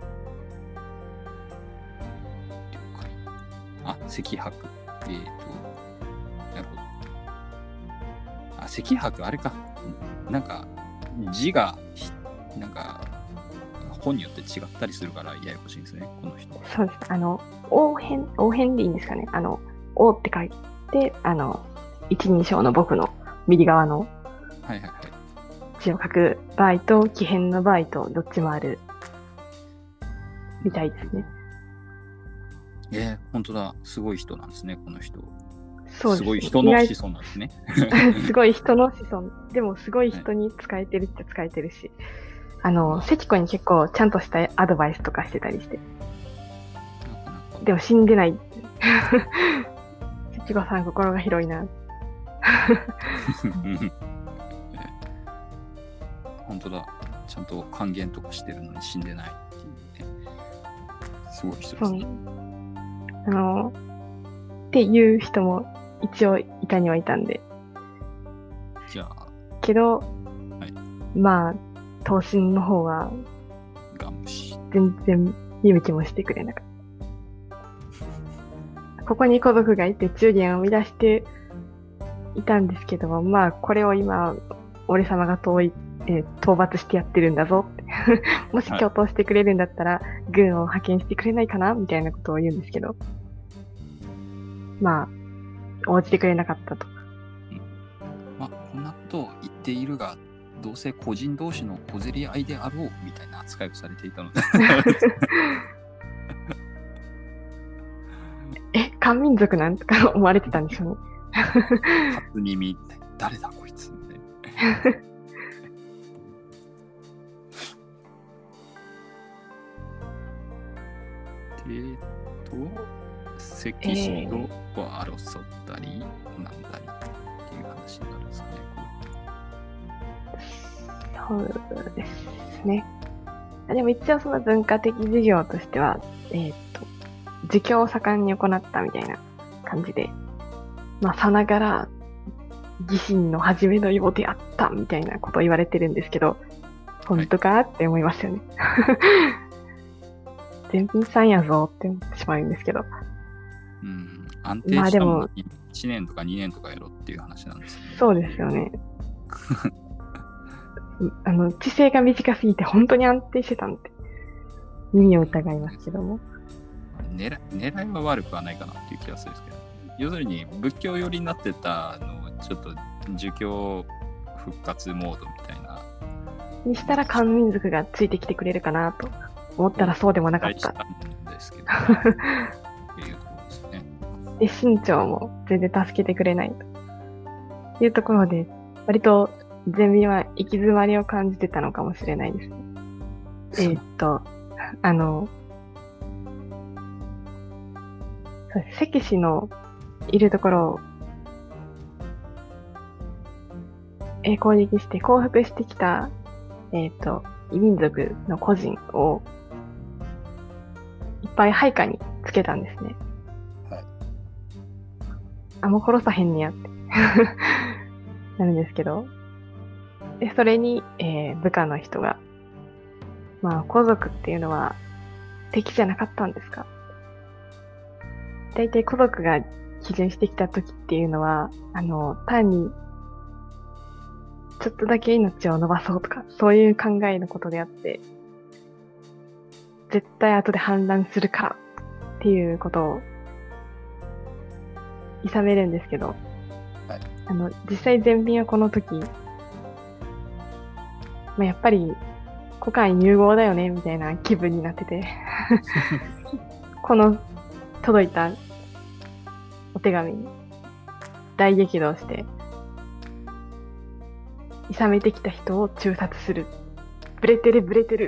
あ、赤白。えっ、ー、と、なるほど。あ、赤白、あれか。なんか、字が、なんか、本によって違ったりするからややこしいんですね、この人は。 そうです。あの、応変、応変でいいんですかね。あの、王って書いて、あの、一人称の僕の右側の字を書く場合と、奇変の場合と、どっちもあるみたいですね。 えー、本当だ。すごい人なんですね、この人。 そうですね。 すごい人の子孫なんですね。 すごい人の子孫。でも、すごい人に使えてるって使えてるし。あの、関子に結構ちゃんとしたアドバイスとかしてたりして。でも死んでない。関子さん心が広いな。 本当だ。ちゃんと還元とかしてるのに死んでないっていうね。すごい人ですね。 あの、っていう人も一応いたにはいたんで。 じゃあ。 けど、 はい、 まあ、刀身の方は、全然見向きもしてくれなかった。ここに孤独がいて中元を生み出していたんですけども、まあ、これを今、俺様が遠い、えー、討伐してやってるんだぞって。もし共闘してくれるんだったら、はい、軍を派遣してくれないかなみたいなことを言うんですけど。まあ、応じてくれなかったと。 うん、まあ、こんなことを言っているが、どうせ個人同士の小競り合いであろうみたいな扱いをされていたのでえ、漢民族なんとか思われてたんでしょうね。 初耳って誰だこいつみたいな。えっと、関氏と争ったり、なんだりっていう話になるんですかね。 そうですね。でも一応その文化的事業としては、えっと、儒教を盛んに行ったみたいな感じで、まあさながら義心の初めのようであったみたいなことを言われてるんですけど、本当かって思いますよね。全品さんやぞって思ってしまうんですけど。 うん、安定したものにいちねんとかにねんとかやろっていう話なんですよね。 そうですよね。あの、知性が短すぎて本当に安定してたんで、耳を疑いますけども。 狙い、狙いは悪くはないかなっていう気がするんですけど、要するに仏教寄りになってたのをちょっと儒教復活モードみたいな。 にしたら漢民族がついてきてくれるかなと思ったらそうでもなかった。 したんですけど、っていうところですね。 で、清朝も全然助けてくれないというところで、割と全民は行き詰まりを感じてたのかもしれないですね。えー、っと、あの、関氏のいるところを、えー、攻撃して降伏してきた、えー、っと、異民族の個人をいっぱい配下につけたんですね。はい。あ、もう殺さへんねやって。 なるんですけど、でそれに、えー部下の人が、まあ、皇族っていうのは敵じゃなかったんですか？大体皇族が基準してきた時っていうのは、あの、単にちょっとだけ命を伸ばそうとか、そういう考えのことであって、絶対後で反乱するからっていうことを、諌めるんですけど、 はい、 あの、実際全便はこの時、まあ、やっぱり、股間融合だよね、みたいな気分になってて、この届いたお手紙に大激怒して、諌めてきた人を中殺する。ブレてるブレてる。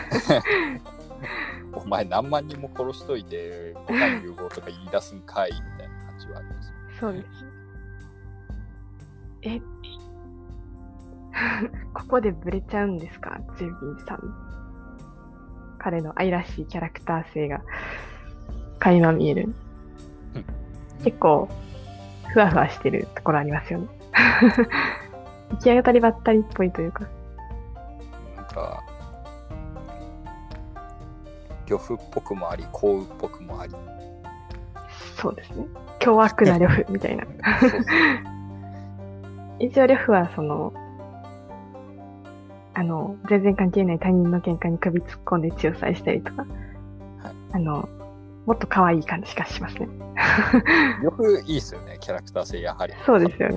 お前何万人も殺しといて股間融合とか言い出すんかいみたいな感じはあります。 そうです。えここでブレちゃうんですか、ジュビンさん。彼の愛らしいキャラクター性が垣間見える。結構ふわふわしてるところありますよね。行き当たりばったりっぽいというか。 なんか呂布っぽくもあり、幸運っぽくもあり。 そうですね。凶悪な呂布みたいな。一応呂布はその、あの、全然関係ない他人の喧嘩に首突っ込んで仲裁したりとか、はい、あの、もっと可愛い感じがしますね。 呂布いいっすよね、キャラクター性やはり。 そうですよね。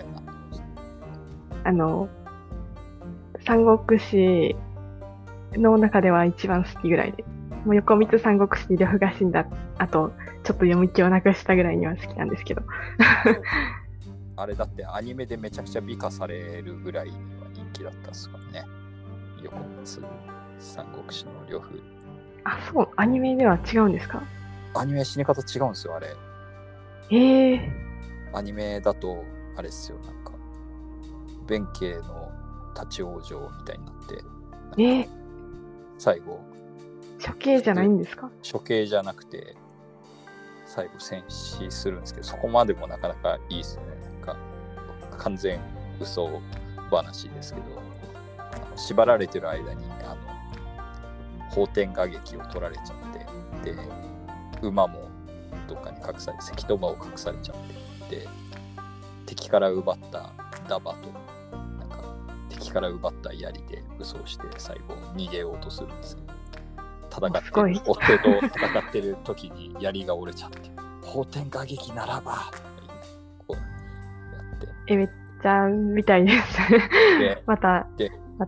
あの、三国志の中では一番好きぐらいで、もう横光三国志で呂布が死んだ後、ちょっと読み気をなくしたぐらいには好きなんですけど。 あれだってアニメでめちゃくちゃ美化されるぐらいには人気だったっすからね。横光三国志の呂布。 あ、そう、アニメでは違うんですか？ アニメ死に方違うんですよ、あれ。 ええー。 アニメだと、あれっすよ、なんか、弁慶の立ち往生みたいになって、 えー、 最後、 処刑じゃないんですか？ 処刑じゃなくて、最後戦死するんですけど、そこまでもなかなかいいっすよね。なんか、完全嘘話ですけど、あの縛られてる間に、あの、法天画撃を取られちゃって、で、馬もどっかに隠され、石と馬を隠されちゃって、で、敵から奪ったダバと、なんか、敵から奪った槍で武装して、最後逃げようとするんですけど、戦ってる、追っ手と戦ってる時に槍が折れちゃって、法天画撃ならば、こうやって。 え、めっちゃ見たいです。でまた。 で、ま、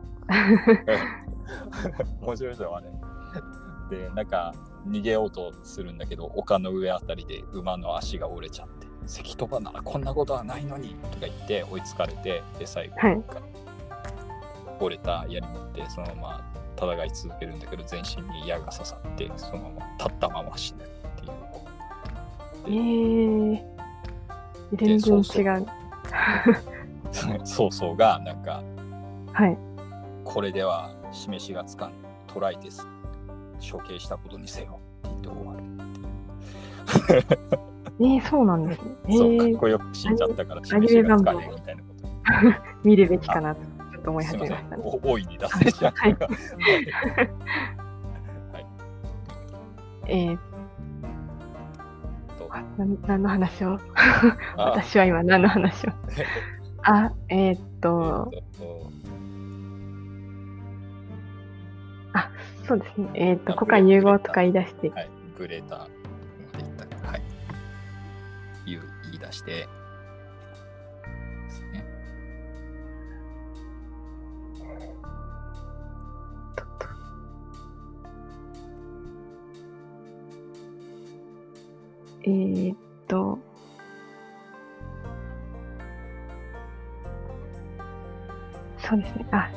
面白いですよ、あれ。で、なんか、逃げようとするんだけど、丘の上あたりで馬の足が折れちゃって、石とばならこんなことはないのにとか言って追いつかれて、で、最後、はい、折れた槍持って、そのまま戦い続けるんだけど、全身に矢が刺さって、そのまま立ったまま死ぬっていう。 えー、全然違う。 曹操がなんか、 はい、 これでは示しがつかん、トライテス処刑したことにせよって言って終わるっていう。 えー、そうなんですね。えー、 そう、かっこよく死んじゃったから示しがつかねえみたいなこと。 見るべきかなとちょっと思い始めました、ね。 大いに脱線しちゃった。はい。はい、 えーな何の話を私は今何の話をあ、えー、っと、えー、っとあ、そうですね。えー、っと、股間融合とか言い出して。 はい、グレーターまで言ったから、はい。言う、言い出して。ですね。 えー、っと、そうですね。あ、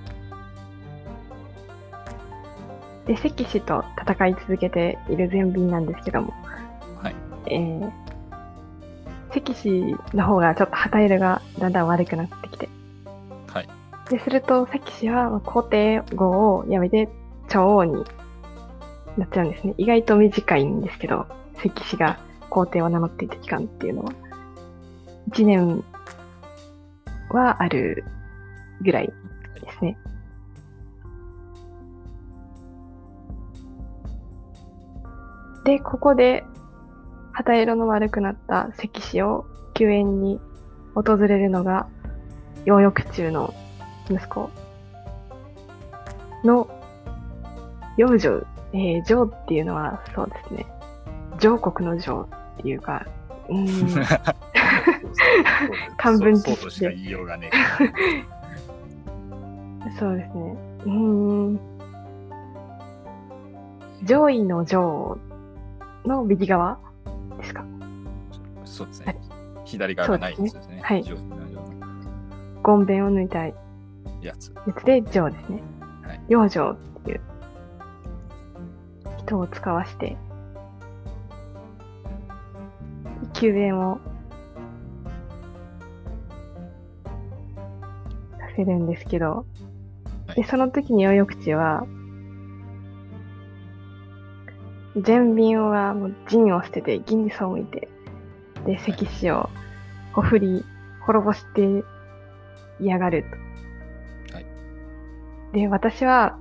で、関氏と戦い続けている全便なんですけども、 はい。 えー、関氏の方がちょっと旗入れがだんだん悪くなってきて、 はい。 で、すると関氏は皇帝号をやめて長王になっちゃうんですね。意外と短いんですけど、関氏が皇帝を名乗っていた期間っていうのは、いちねんはあるぐらいですね。で、ここで旗色の悪くなった関氏を救援に訪れるのが、養翼中の息子の養女、えー、女っていうのはそうですね、上国の女っていうか、うーん漢文知識で。 そうとしか言いようがね。 そうですね。うーん。上位の上の右側ですか。 そうですね。左側がないやつですね。 はい。 上のごんべんを抜いたやつ。 やつで上ですね。 はい。 養女っていう人を使わして、救援をさせるんですけど、 はい、 でその時に養翼中は、全便はもう陣を捨てて義に背いて、で、関氏をほふり滅ぼして嫌がると。 はい、 で、私は、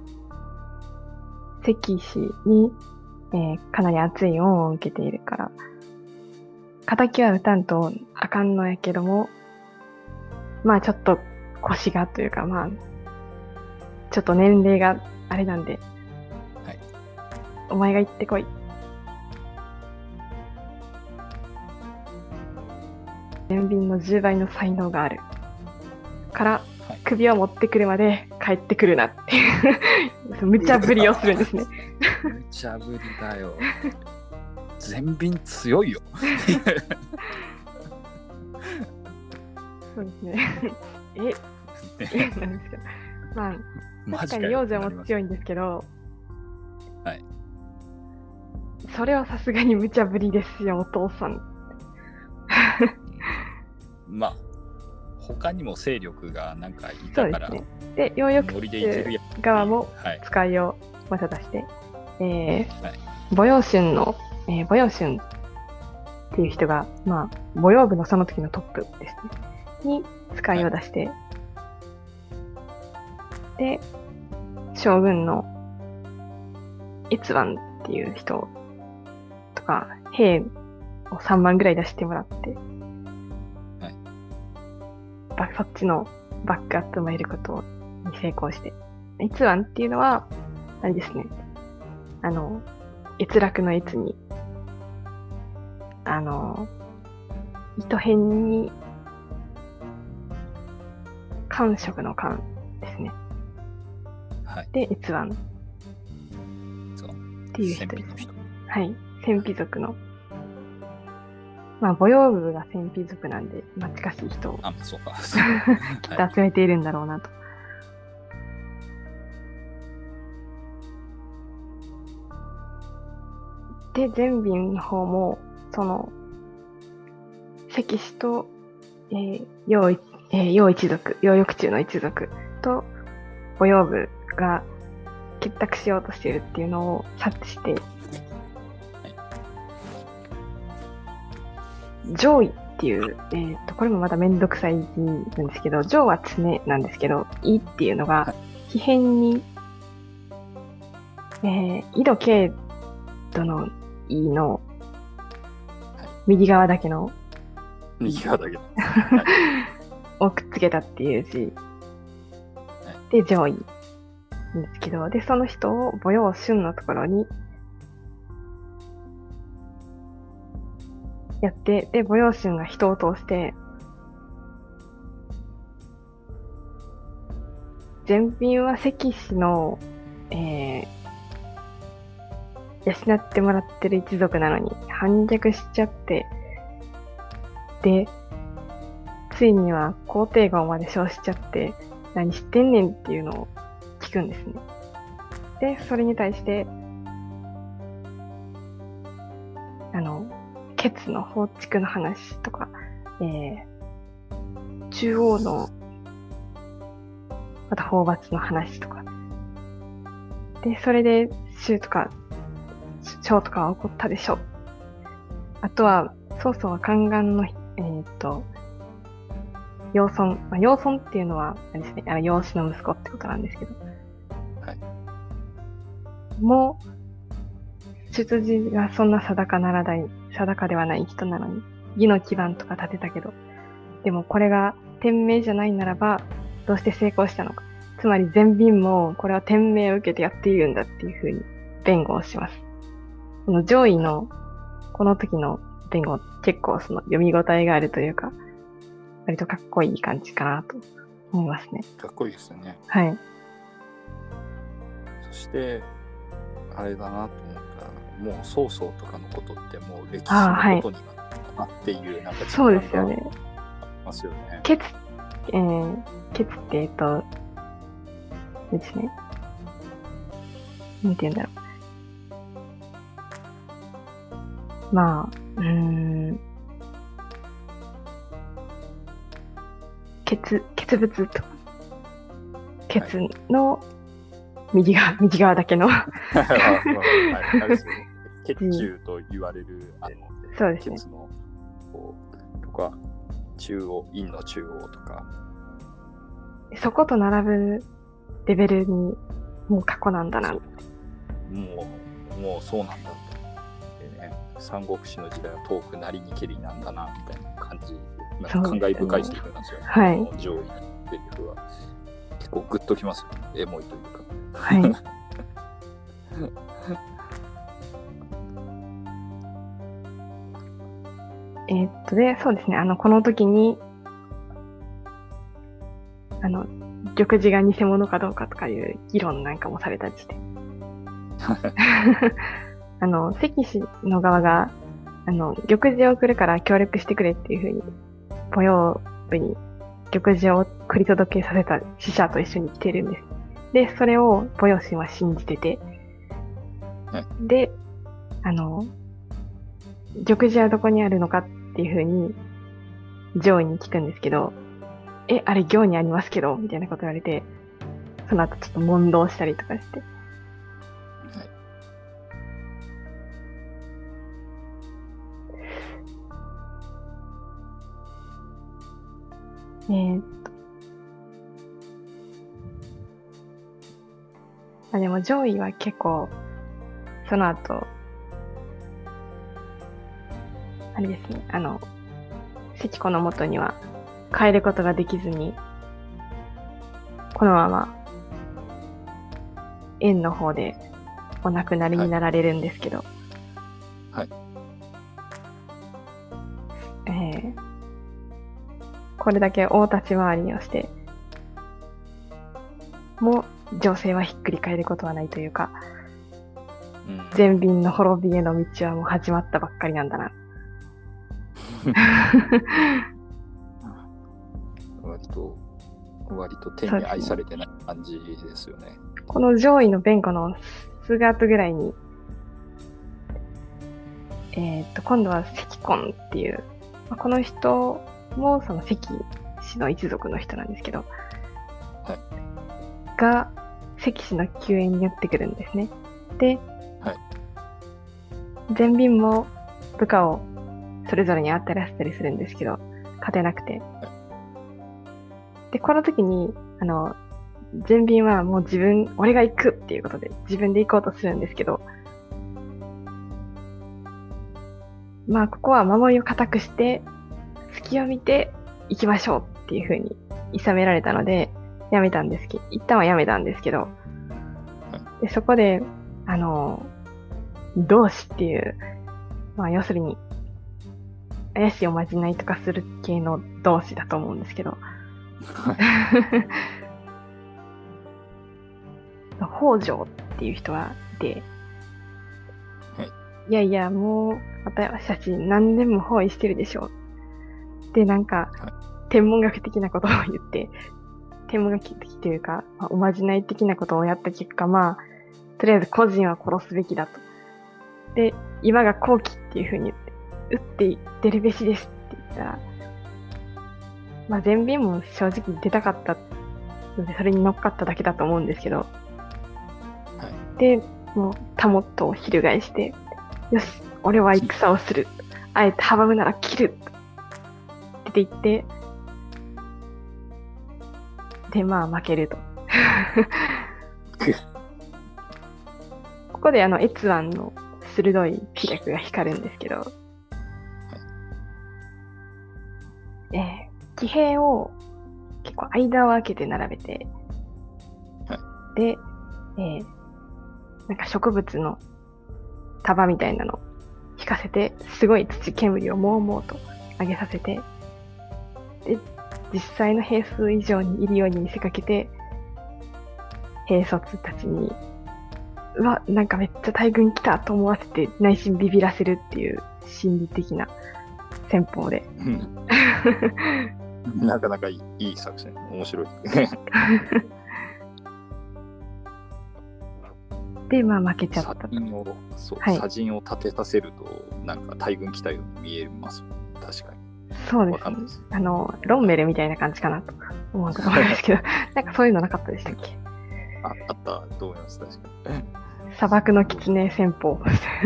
関氏に、えー、かなり熱い恩を受けているから、仇は撃たんとあかんのやけども、まあちょっと腰がというか、まあ、ちょっと年齢があれなんで、 はい、 お前が行ってこい。全便のじゅうばいの才能がある。から、はい、首を持ってくるまで帰ってくるなっていう無茶ぶりをするんですね。 無茶ぶりだよ。全便強いよ。 そうですね。え、えなんですけど。まあ、確かに幼女も強いんですけど、 はい。 それはさすがに無茶ぶりですよ、お父さん。 まあ、他にも勢力がなんかいたから、 そうですね。で、養翼中側も使いをまた出して、はい、えーはい、母陽春の、えー、母陽春っていう人が、まあ、母陽部のその時のトップですね。に使いを出して、はい、で、将軍の越湾っていう人とか、兵をさんまんぐらい出してもらって、はい、そっちのバックアップも得ることに成功して。越湾っていうのは、あれですね、あの、閲楽の閲に、あの、糸辺に、官職の官ですね。はい。で、越湾。そう。っていう人です。人はい。戦費族の。まあ、母陽部が戦費族なんで、まあ、近しい人を。 あ、そうか。 きっと集めているんだろうなと。で、全便の方も、その、関氏と、えー、陽一、えー、陽一族、陽翼中の一族と、母陽部が結託しようとしているっていうのを察知して、はい、上位っていう、えー、と、これもまためんどくさい字なんですけど、上は常なんですけど、いっていうのが、皮辺に、えー、緯度経度のいの、右側だけの、 右側だけのをくっつけたっていう字で上位なんですけど、でその人を母陽春のところにやって、で母陽春が人を通して全便は関氏の、えー、養ってもらってる一族なのに反逆しちゃって、でついには皇帝号まで称しちゃって何してんねんっていうのを聞くんですね。でそれに対してあのケツの放逐の話とか、えー、中央のまた討伐の話とかで、それで州とか省とかは起こったでしょ。あとは曹操は宦官のえっと養孫、まあ、養孫っていうのは、あれですね、あの養子の息子ってことなんですけど、 はい。 もう、出自がそんな定かならない、定かではない人なのに、義の基盤とか立てたけど、でもこれが天命じゃないならば、どうして成功したのか。つまり全便もこれは天命を受けてやっているんだっていうふうに弁護をします。この上位の、この時の弁護、結構その読み応えがあるというか、割とかっこいい感じかなと思いますね。 かっこいいですよね。 はい。 そして、あれだなと思ったら、もう曹操とかのことってもう歴史のことになっている、なんかそうですよね。 ますよね。 ケツ、えー、ケツって、えっと、ですね。なんて言うんだろう。まあ、うーん。ケツ、ケツ物と。ケツの右側、はい、右側だけの。はい、 あれですよね。血中と言われる、うん、あの、 そうですね。 ケツの、こう、とか、中央、陰の中央とか。 そこと並ぶレベルにもう過去なんだな。 もう、もうそうなんだって。でね、三国志の時代は遠くなりにけりなんだな、みたいな感じ。なんか感慨深いセリフなんですよね。 はい。 上位のセリフは。結構グッときますよね。エモいというか。 はい。えーっとで、そうですね。あの、この時に、あの、玉璽が偽物かどうかとかいう議論なんかもされたりして。あの、関氏の側が、あの、玉璽を送るから協力してくれっていうふうに、母用部に玉璽を送り届けさせた使者と一緒に来てるんです。で、それを母用神は信じてて、で、あの、玉璽はどこにあるのかっていうふうに、上位に聞くんですけど、え、あれ行にありますけどみたいなこと言われて、その後ちょっと問答したりとかして。はい、えー、っと。あ、でも上位は結構、その後、あれですね、あの、関子の元には帰ることができずに、このまま、縁の方でお亡くなりになられるんですけど、 はい。 えー、これだけ大立ち回りをして、もう情勢はひっくり返ることはないというか、うん、全便の滅びへの道はもう始まったばっかりなんだな。 割と、割と天に愛されてない感じですよね。 この上位の弁護の数月後ぐらいに、えっと、今度は関婚っていう、まあ、この人もその関氏の一族の人なんですけど、 はい、 が関氏の救援にやってくるんですね。で、 はい、 全便も部下をそれぞれに当たらせたりするんですけど、勝てなくて。で、この時に、あの、全便はもう自分、俺が行くっていうことで自分で行こうとするんですけど、まあ、ここは守りを固くして、隙を見て行きましょうっていう風に諌められたので、やめたんですけど、一旦はやめたんですけど、で、そこで、あの、同志っていう、まあ、要するに、怪しいおまじないとかする系の同志だと思うんですけど、北条っていう人はいて、 はい、 いやいや、もう、私たち何年も包囲してるでしょ。で、なんか、はい、天文学的なことを言って、天文学的というか、まあ、おまじない的なことをやった結果、まあ、とりあえず個人は殺すべきだと。で、今が好機っていうふうに言って、撃って出るべしですって言ったら、まあ、全便も正直出たかったので、それに乗っかっただけだと思うんですけど、 はい、 で、もう、タモットを翻して、よし、俺は戦をする。あえて阻むなら切る。出て行って、 で、まあ負けると。ここであの、越庵の鋭い気力が光るんですけど、はい、えー、騎兵を結構間を空けて並べて、はい、で、えー、なんか植物の束みたいなのを引かせて、すごい土煙をもうもうと上げさせて、で、実際の兵数以上にいるように見せかけて、兵卒たちに、うわ、なんかめっちゃ大軍来たと思わせて内心ビビらせるっていう心理的な戦法で。 なかなかいい、いい作戦。面白い。 で、まあ負けちゃったと。 砂陣を、そう、 はい、 砂陣を立てさせると、なんか大軍来たように見えます。確かに。 そうですね。ですあの、ロンメルみたいな感じかなと思うと思うんですけど、なんかそういうのなかったでしたっけ？ あ、あったと思います、確かに。 砂漠の狐戦法。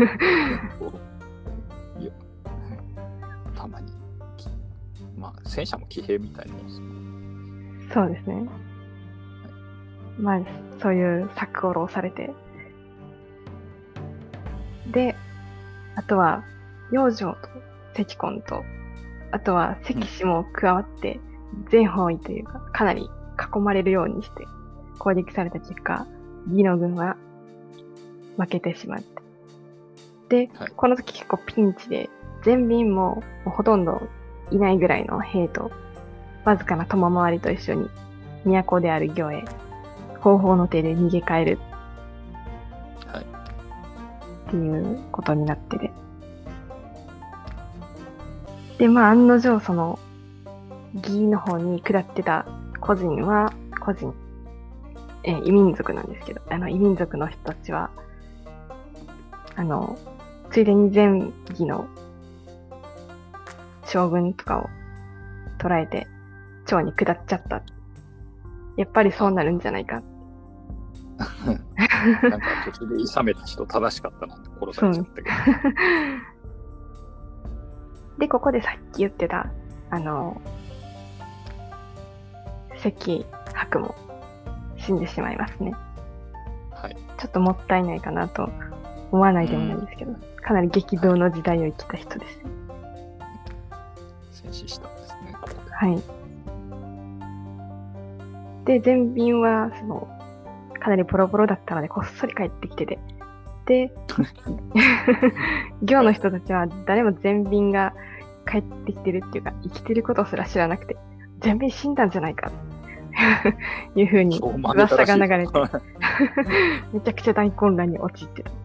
いや、たまに。まあ、戦車も騎兵みたいなもんです。 そうですね。はい、まあ、そういう策を浪されて。で、あとは、養生と赤根と、あとは赤氏も加わって、全方位というか、かなり囲まれるようにして攻撃された結果、義の軍は負けてしまって。で、はい、この時結構ピンチで、全民ももうほとんどいないぐらいの兵と、わずかな友回りと一緒に、都である御へ、方法の手で逃げ帰る。はい。っていうことになってて。で、まあ、案の定、その、義の方に下ってた個人は、個人、えー、異民族なんですけど、あの、異民族の人たちは、あの、ついでに前義の将軍とかを捕らえて、趙に下っちゃった。やっぱりそうなるんじゃないか。 なんか途中で諌めた人正しかったなって殺されちゃったけど。 で、ここでさっき言ってた、あの、関白も死んでしまいますね。はい。ちょっともったいないかなと思わないでもないんですけど、かなり激動の時代を生きた人です。 戦死したんですね、ここで。 はい。で、全便は、その、かなりボロボロだったので、こっそり帰ってきてて。で、行の人たちは誰も全便が帰ってきてるっていうか、生きてることすら知らなくて、全便死んだんじゃないかいうふうに噂が流れて、めちゃくちゃ大混乱に陥ってた。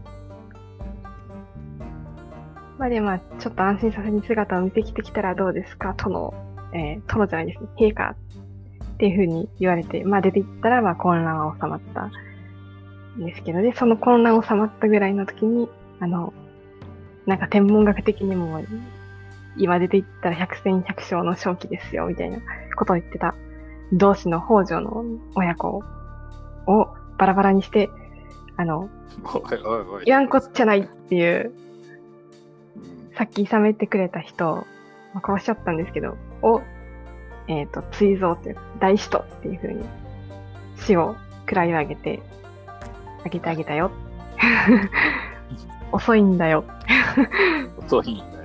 まあで、まあ、ちょっと安心させに姿を見せてきたらどうですか、殿、えー、殿じゃないですね、陛下っていうふうに言われて、まあ出ていったら、まあ混乱は収まったんですけど、で、その混乱収まったぐらいの時に、あの、なんか天文学的にも、今出ていったら百戦百勝の勝機ですよ、みたいなことを言ってた、同志の北条の親子をバラバラにして、あの、言わんこっちゃないっていう、さっき諌めてくれた人を殺しちゃったんですけど、を、えっと、追贈というか、大使徒っていう風に死を位を上げて、あげてあげたよ。遅いんだよ。 遅いんだよ。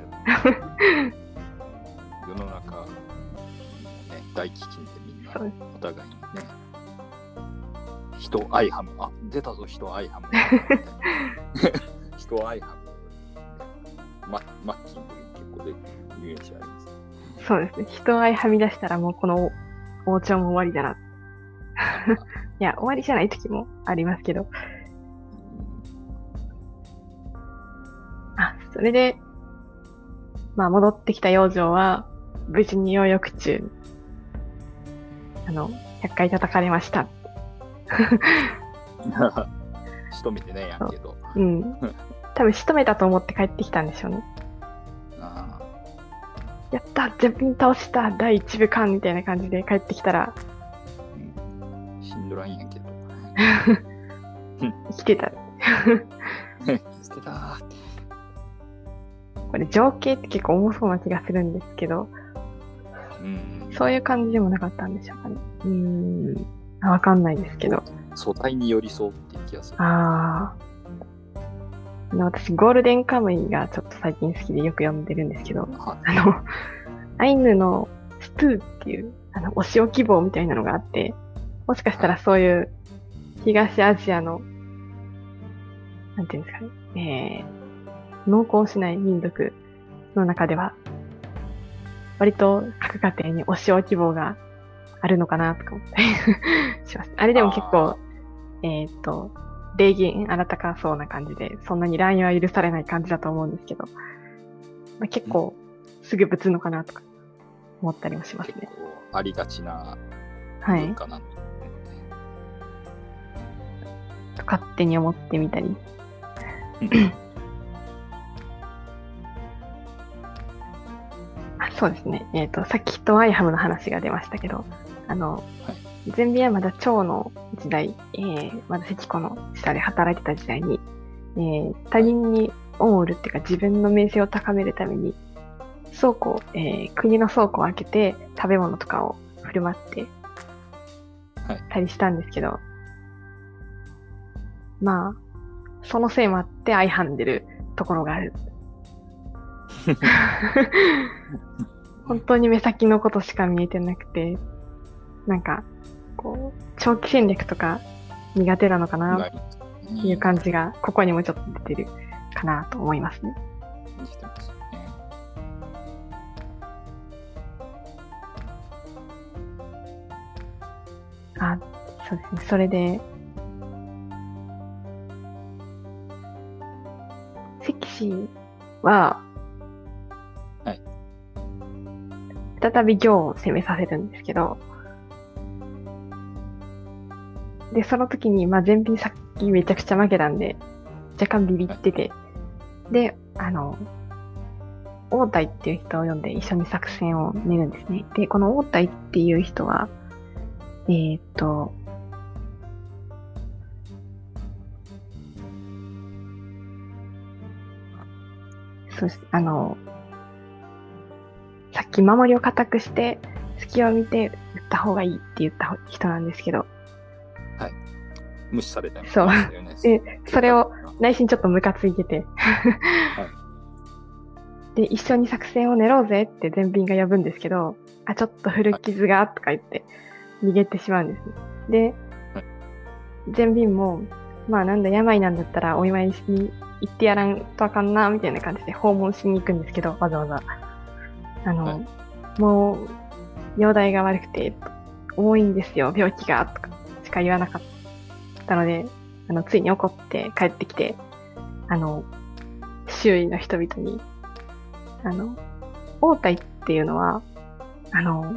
世の中、ね、大飢饉でみんなお互いにね、人アイハム、あ、出たぞ人アイハム。人アイハム。ママッキンという結構でイメージあります。 そうですね。人愛はみ出したらもうこの王朝も終わりだな。いや、終わりじゃない時もありますけど。あ、それで、まあ戻ってきた養生は、無事に養浴中、あの、ひゃっかい叩かれました。 仕留めてねやんけど。 うん。多分仕留めたと思って帰ってきたんでしょうね。 あやった全品倒した第一部完みたいな感じで帰ってきたら、 うん、しんどらんやけど生きてた生きてたこれ情景って結構重そうな気がするんですけど、 うん、 そういう感じでもなかったんでしょうかね。うーん。あ、わかんないですけど。 素体に寄り添うっていう気がする。 ああ。私、ゴールデンカムイがちょっと最近好きでよく読んでるんですけど、 はい、 あの、アイヌのストゥーっていう、あの、お仕置き棒みたいなのがあって、もしかしたらそういう東アジアの、なんていうんですかね、えー、農耕しない民族の中では、割と各家庭にお仕置き棒があるのかなとか思ったりします。あれでも結構、えっと、礼儀あらたかそうな感じで、そんなに乱用は許されない感じだと思うんですけど、まあ、結構すぐぶつのかなとか思ったりもしますね。 結構ありがちな文化なんで、ね、 はい、勝手に思ってみたり。あ、そうですね。えっと、さっきとアイハムの話が出ましたけど、あの、はい、前尾はまだ趙の時代、えー、まだ関子の下で働いてた時代に、えー、他人に恩を売るっていうか自分の名声を高めるために、倉庫、えー、国の倉庫を開けて食べ物とかを振る舞ってたりしたんですけど、はい、まあ、そのせいもあって相反でるところがある。本当に目先のことしか見えてなくて、なんか、こう、長期戦略とか苦手なのかなっていう感じが、ここにもちょっと出てるかなと思いますね。あ、そうですね。それで、関氏は、 はい、 再び行を攻めさせるんですけど、で、その時に、まあ、前編さっきめちゃくちゃ負けたんで、若干ビビってて、はい、で、あの、王隊っていう人を呼んで一緒に作戦を練るんですね。で、この王隊っていう人は、えー、っと、そうです。あの、さっき守りを固くして、隙を見て撃った方がいいって言った人なんですけど。 はい。無視されたよね。 そう。で、それを内心ちょっとムカついてて。はい。で、一緒に作戦を練ろうぜって前便が呼ぶんですけど、あ、ちょっと古傷がとか言って逃げてしまうんですね。で、はい、前便も、まあなんだ病なんだったらお見舞いしに行ってやらんとあかんな、みたいな感じで訪問しに行くんですけど、わざわざ。あの、はい、もう、容体が悪くて、多いんですよ、病気が、とかしか言わなかったので、あの、ついに怒って帰ってきて、あの、周囲の人々に、あの、王隊っていうのは、あの、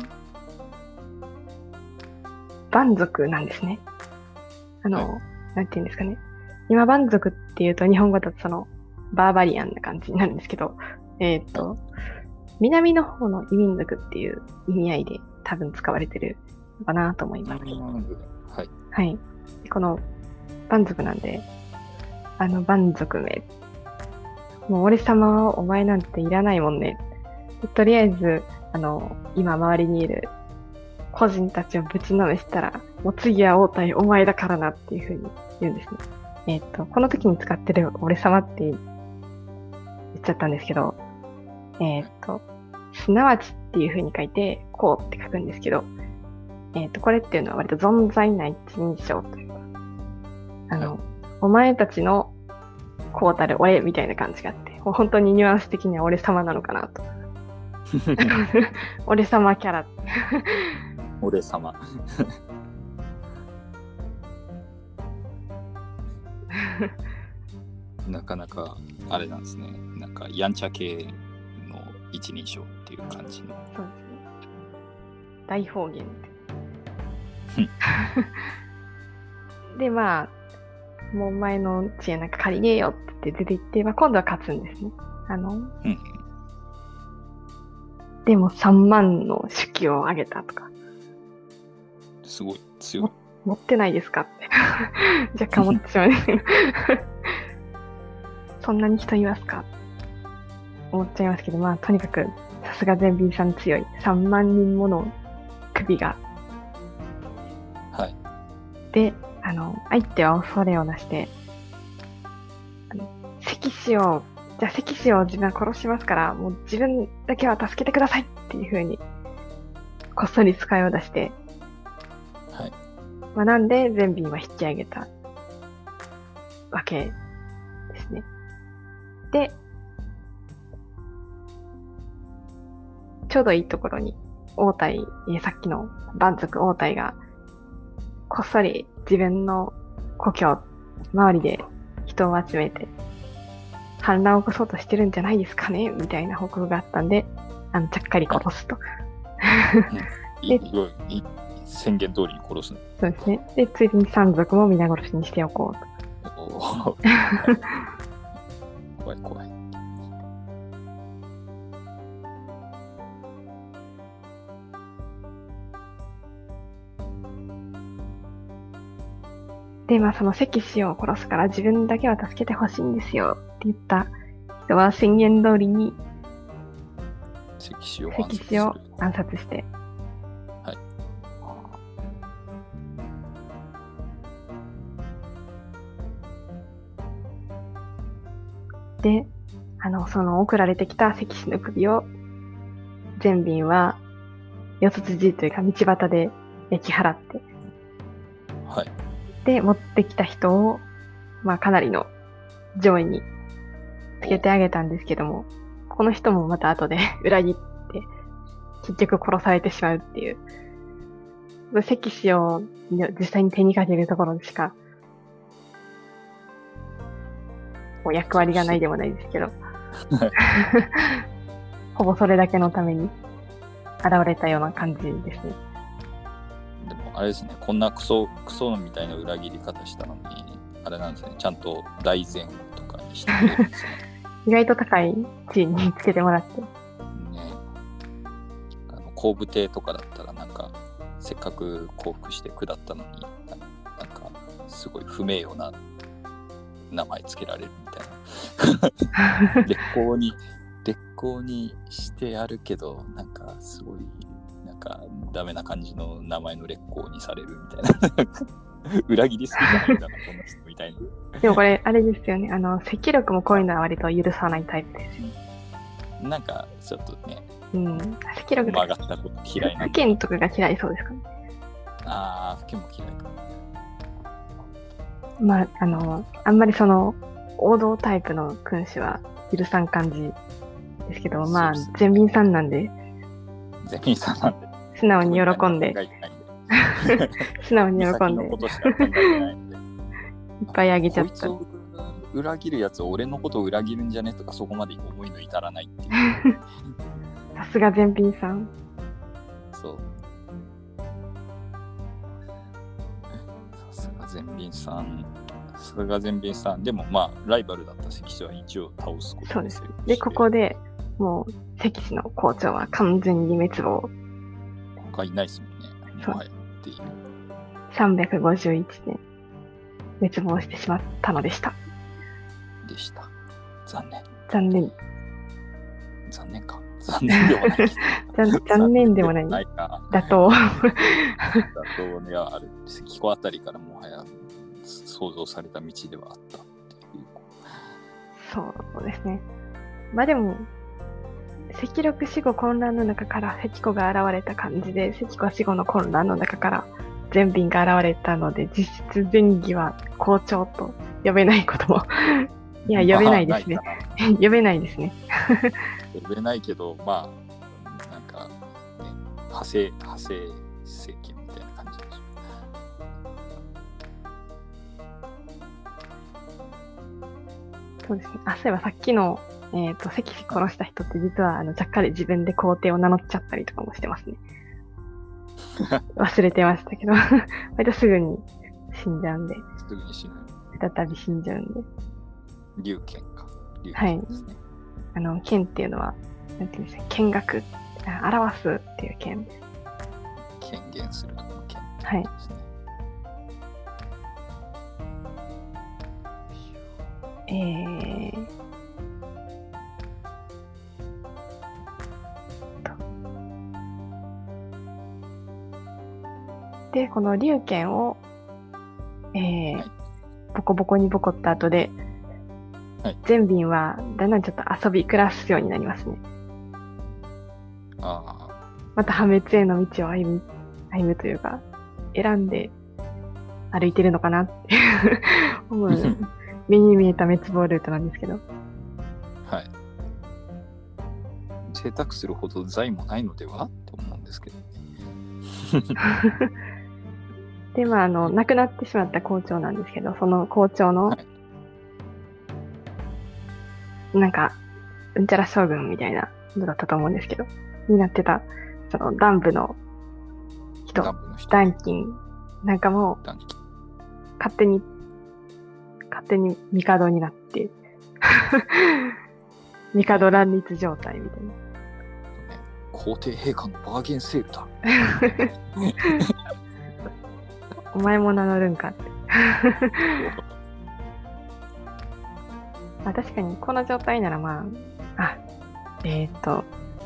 蛮族なんですね。あの、はい、なんていうんですかね。今、蛮族っていうと日本語だとその、バーバリアンな感じになるんですけど、えっと、南の方の異民族っていう意味合いで多分使われてるのかなと思います。 はい。 はい。この、蛮族なんで、あの、蛮族め。もう俺様はお前なんていらないもんね。とりあえず、あの、今周りにいる個人たちをぶちのめしたら、もう次は王隊お前だからなっていうふうに言うんですね。えっと、この時に使ってる俺様って言っちゃったんですけど、えっと、すなわちっていう風に書いて、こうって書くんですけど、えっと、これっていうのは割と存在な一人称というか、あの、はい、お前たちのこうたる俺みたいな感じがあって、もう本当にニュアンス的には俺様なのかなと。俺様キャラ。 俺様。なかなかあれなんですね。なんかやんちゃ系の一人称っていう感じの。 そうですね。大方言。で、まあ、もう前の知恵なんか借りねえよって出て行って、まあ、今度は勝つんですね。あの、うん、でもさんまんの手記をあげたとか。 すごい強い。 持ってないですかって若干持ってしまうんですけどそんなに人いますか思っちゃいますけど、まあとにかくさすが全便さん強い。さんまんにんもの首が。 はい。 で、あの、相手は恐れをなして、あの、関氏を、じゃあ関氏を自分は殺しますから、もう自分だけは助けてくださいっていう風に、こっそり使いを出して、 はい。 まあ、なんで全便は引き上げたわけですね。で、ちょうどいいところに、王隊、さっきの蛮族王隊が、こっそり自分の故郷、周りで人を集めて、反乱を起こそうとしてるんじゃないですかねみたいな報告があったんで、あの、ちゃっかり殺すと。 いいいい宣言通りに殺すね。 そうですね。で、ついでに山賊も皆殺しにしておこうと。 おー怖い怖い。 で、まあその関氏を殺すから自分だけは助けてほしいんですよって言った人は宣言通りに関氏を暗関殺する。 氏を暗殺して。 はい。 で、あの、その送られてきた関氏の首を全便は四つ辻というか道端で焼き払って。 はい。 で、持ってきた人を、まあかなりの上位につけてあげたんですけども、この人もまた後で裏切って、結局殺されてしまうっていう。関氏を実際に手にかけるところでしか、もう役割がないでもないですけど、ほぼそれだけのために現れたような感じですね。 でもあれですね、こんなクソクソみたいな裏切り方したのに、あれなんですね、ちゃんと大善とかにしてくれるんですね。 意外と高い地位につけてもらって。ね、 あの後部艇とかだったらなんかせっかく降伏して下ったのに、なんかすごい不名誉な名前つけられるみたいな。劣行に劣行にしてやるけど、なんかすごいなんかダメな感じの名前の劣行にされるみたいな。裏切りすぎじゃないんだな、この人みたいな。 でもこれ、あれですよね。あの、赤力もこういうのは割と許さないタイプですよね。 なんか、ちょっとね、 うん。赤力曲がったこと嫌いな。 不健とかが嫌いそうですかね。 ああ、不健も嫌いか。 まあ、あの、あんまりその、王道タイプの君主は許さん感じですけど、まあ、全民さんなんで。 全民さんなんで。 素直に喜んで。素直に喜んで。いっぱいあげちゃった。 こいつを裏切るやつ、俺のことを裏切るんじゃねとか、そこまで思いの至らないっていう。 さすが全品さん。 そう。さすが全品さん。さすが全品さん。でもまあ、ライバルだった関氏は一応倒すことそうです。で、ここでもう関氏の校長は完全に滅亡。 他いないですもんね。もはやっていう。 さんびゃくごじゅういちねん滅亡してしまったのでした。 でした。残念。 残念。 残念か。残念でもない。 残念でもない。 ないか。 だと。だとね、ある。関子あたりからもはや想像された道ではあったっていう。 そうですね。まあでも、赤力死後混乱の中から関子が現れた感じで、関子は死後の混乱の中から全便が現れたので、実質前儀は校長と呼べないこともいや呼べないですね。呼べないですね。 呼べないけど、まあなんか、ね、派生派生政権みたいな感じでしょ。 そうですね。あ、そういえばさっきのえっと、関氏殺した人って実は、あの、ちゃっかり自分で皇帝を名乗っちゃったりとかもしてますね。忘れてましたけど、割とすぐに死んじゃうんで。 すぐに死ぬ。 再び死んじゃうんで。 龍剣か。龍剣ですね。はい。あの、剣っていうのは、なんていうんですか、剣学、表すっていう剣です。 権限するとこの剣、ね。 はい。えー、 で、この龍拳を、えーはいボコボコにボコった後で、 はい全便はだんだんちょっと遊び暮らすようになりますね。 あまた破滅への道を歩む、歩むというか、選んで歩いてるのかなって思う、目に見えた滅亡ルートなんですけど。 あ、はい。贅沢するほど財もないのではって思うんですけど。 で、まあ、あの、亡くなってしまった校長なんですけど、その校長の、 はいなんか、うんちゃら将軍みたいなのだったと思うんですけど、になってた、その、ダンブの人、 ダンブの人。 ダンキンなんかも、 ダンキン。 勝手に、勝手に帝になって、帝乱立状態みたいな。 皇帝陛下のバーゲンセールだ。 お前も名乗るんかって。まあ確かにこの状態ならまあ、あ、えっ、ー、と、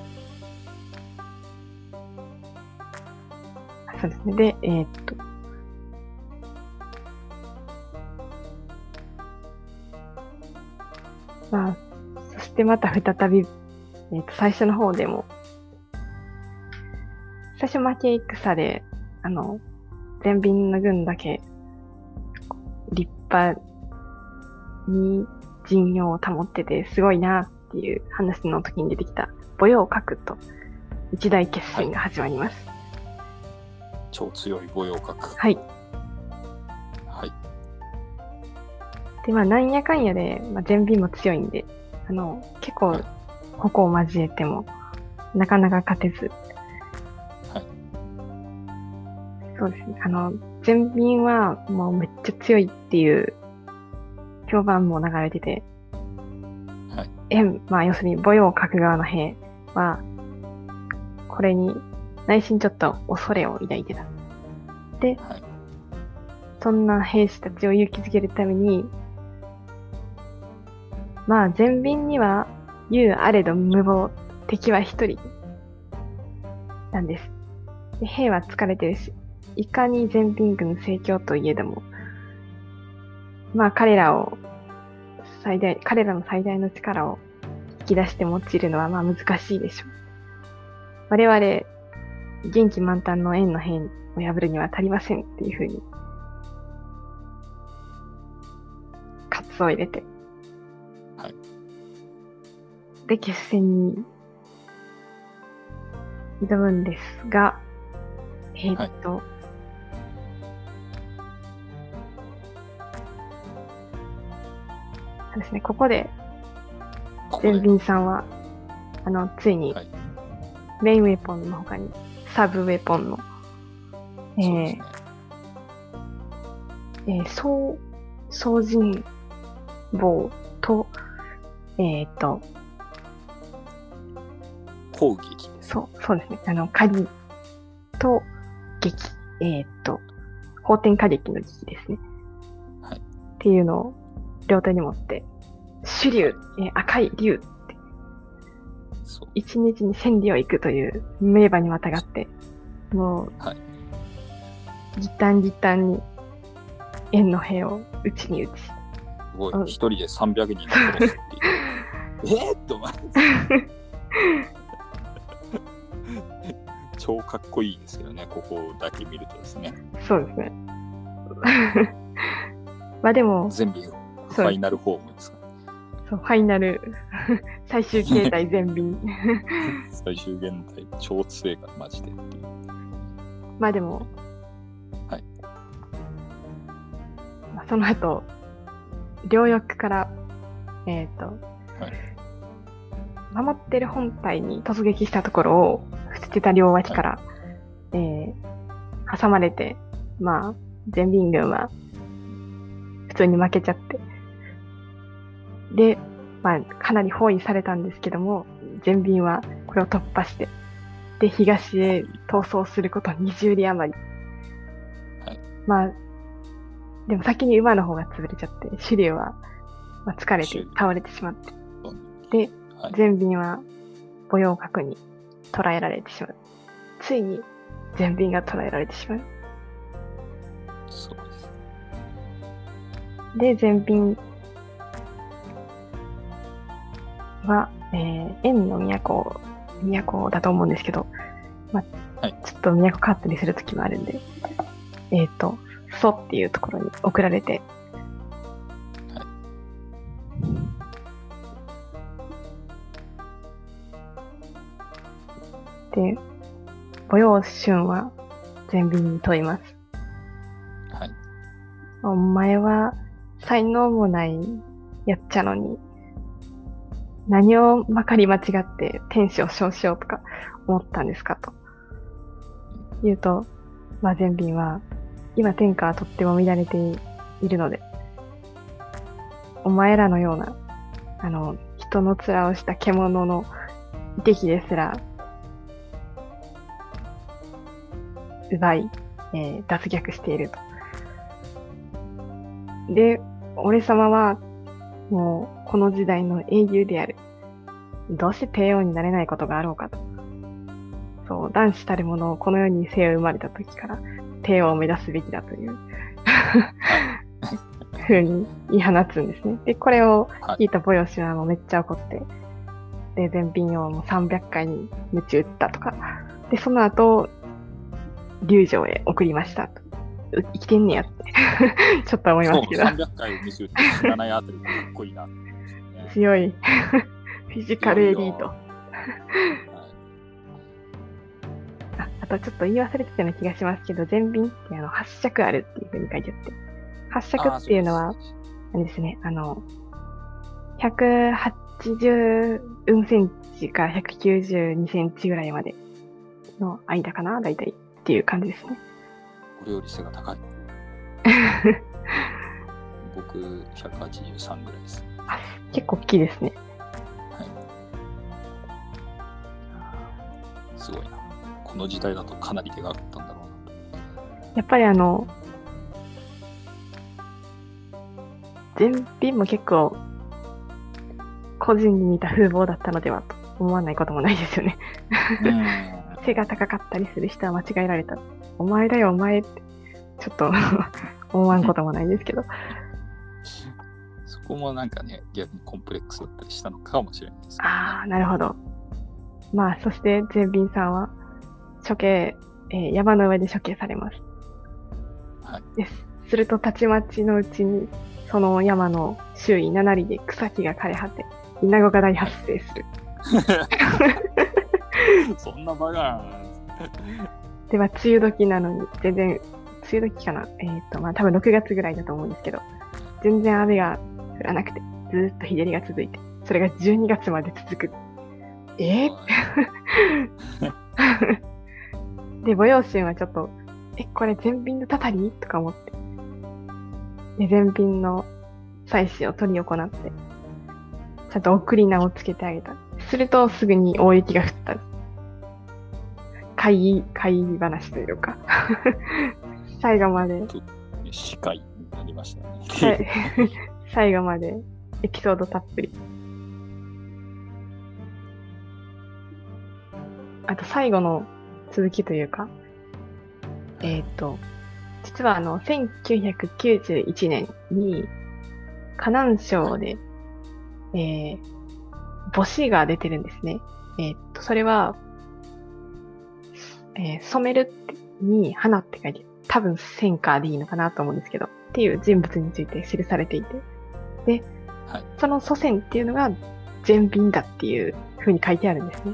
そうですね。で、えっ、ー、と、まあ、そしてまた再び、えっ、と、最初の方でも、最初負け戦で、あの、全便の軍だけ、立派に陣容を保ってて、すごいなっていう話の時に出てきた、母陽閣と一大決戦が始まります。 はい、超強い母陽閣。 はい。 はい。 で、まあ、なんやかんやで、まあ、全便も強いんで、あの、結構、矛を交えても、なかなか勝てず。 はい。 そうですね。あの、全便はもうめっちゃ強いっていう評判も流れてて、 はい。 円、まあ要するに母陽閣側の兵は、これに内心ちょっと恐れを抱いてた。で、 はい、 そんな兵士たちを勇気づけるために、まあ全便には勇あれど無謀、敵は一人なんです。で、兵は疲れてるし、いかに全便軍盛況といえども、まあ彼らを最大、彼らの最大の力を引き出して用いるのはまあ難しいでしょう。我々、元気満タンの円の兵を破るには足りませんっていうふうに、喝を入れて、 はい。 で、決戦に挑むんですが、えー、っと、はい、そうですね、ここで、全便さんは、あの、ついに、はい、メインウェポンの他に、サブウェポンの、えー、ねえー、総、総人棒と、えっ、ー、と、 攻撃です。 そう、そうですね。あの、鍵と撃、えっ、ー、と、法天火撃の撃ですね。 はい。 っていうのを両手に持って、手竜、えー、赤い竜って、一日に千里を行くという名馬にまたがって、もう、はい、ギタンギタンに円の兵を打ちに打ち。 すごい、一人でさんびゃくにん殺すっていう。えーっと、待って。超かっこいいですよね、ここだけ見るとですね。 そうですね。まあでも、 全部ファイナルフォームですか。 そう、ファイナル、最終形態全便。 最終形態、超強いからマジでっていう。 まあでも、 はい。 まあ、その後、両翼から、えっ、ー、と、 はい、 守ってる本体に突撃したところを、捨てた両脇から、はい、えー、挟まれて、まあ、全便軍は、普通に負けちゃって。で、まあ、かなり包囲されたんですけども、全便はこれを突破して、で、東へ逃走することにじゅう里余り。 はい、 まあ、でも先に馬の方が潰れちゃって、手竜は、まあ、疲れて倒れてしまって。で、はい、全便は母陽閣に捕らえられてしまう。ついに全便が捕らえられてしまう。 そうです。 で、前品は、えー、円の都、都だと思うんですけど、まあ、はい、ちょっと都変わったりするときもあるんで、えっ、ー、と、蘇っていうところに送られて、はい、で、御用春は前便に問います。 はい。 お前は才能もないやっちゃのに、何をまかり間違って天使を称しようとか思ったんですかと言うと、まあ、前便は、今天下はとっても乱れているので、お前らのような、あの、人の面をした獣の遺敵ですら、奪い、えー、脱逆していると。で、俺様は、もう、この時代の英雄である。どうして帝王になれないことがあろうかと。そう、男子たる者をこの世に生を生まれた時から、帝王を目指すべきだというふうに言い放つんですね。で、これを聞いたボヨシはもうめっちゃ怒って、で、前品をもうさんびゃっかいに鞭打ったとか、で、その後、龍城へ送りましたと。生きてんねやってちょっと思いますけど。 さんびゃっかい鞭打って死なないあたりがかっこいいな、ね。 強い。フィジカルエリート。あ, あとちょっと言い忘れてたような気がしますけど、前便ってあのはっ尺あるっていう風に書いてあって、はっ尺っていうのは、あれですね、あの、ひゃくはちじゅううんセンチからひゃくきゅうじゅうにセンチぐらいまでの間かな、だいたいっていう感じですね。 これより背が高い。僕ひゃくはちじゅうさんぐらいです。 あ、結構大きいですね。 はい。すごいな。この時代だとかなりでかかったんだろうな。 やっぱりあの、前品も結構個人に似た風貌だったのではと思わないこともないですよね。背が高かったりする人は間違えられた。お前だよお前ってちょっと思わんこともないですけど。 そこもなんかね、逆にコンプレックスだったりしたのかもしれないです、ね。 ああ、なるほど。まあ、そして前品さんは処刑、えー、山の上で処刑されます。 はい。 です。するとたちまちのうちにその山の周囲なな里で草木が枯れ果て、イナゴが大発生する。 そんなバカでは、梅雨時なのに、全然、梅雨時かなえっ、ー、と、まあ多分ろくがつぐらいだと思うんですけど、全然雨が降らなくて、ずーっと日照りが続いて、それがじゅうにがつまで続く。えー、で、御用神はちょっと、え、これ全便のたたりとか思って、で、全便の祭祀を取り行って、ちゃんと送り名をつけてあげた。すると、すぐに大雪が降った。怪異、怪異話というか、最後まで。 司会になりましたね。最後までエピソードたっぷり。あと最後の続きというか、えっと、実はあの、せんきゅうひゃくきゅうじゅういちねんに、河南省で、えー、母子が出てるんですね。えっと、それは、えー、染めるに花って書いて、多分線花でいいのかなと思うんですけど、っていう人物について記されていて、で、はい、その祖先っていうのが前品だっていう風に書いてあるんですね。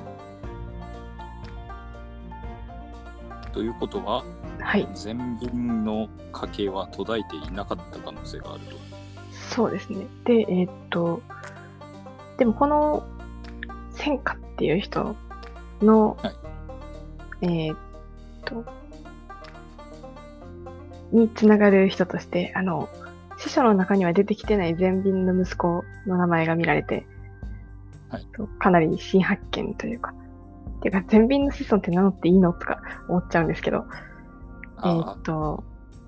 ということは、 はい、 前品の家系は途絶えていなかった可能性があると。 そうですね。で、えー、っと、でもこの線花っていう人の、はい、えー、っと、につながる人として、あの、司書の中には出てきてない前品の息子の名前が見られて、はい、かなり新発見というか、ていうか前品の子孫って名乗っていいのとか思っちゃうんですけど、えー、っと、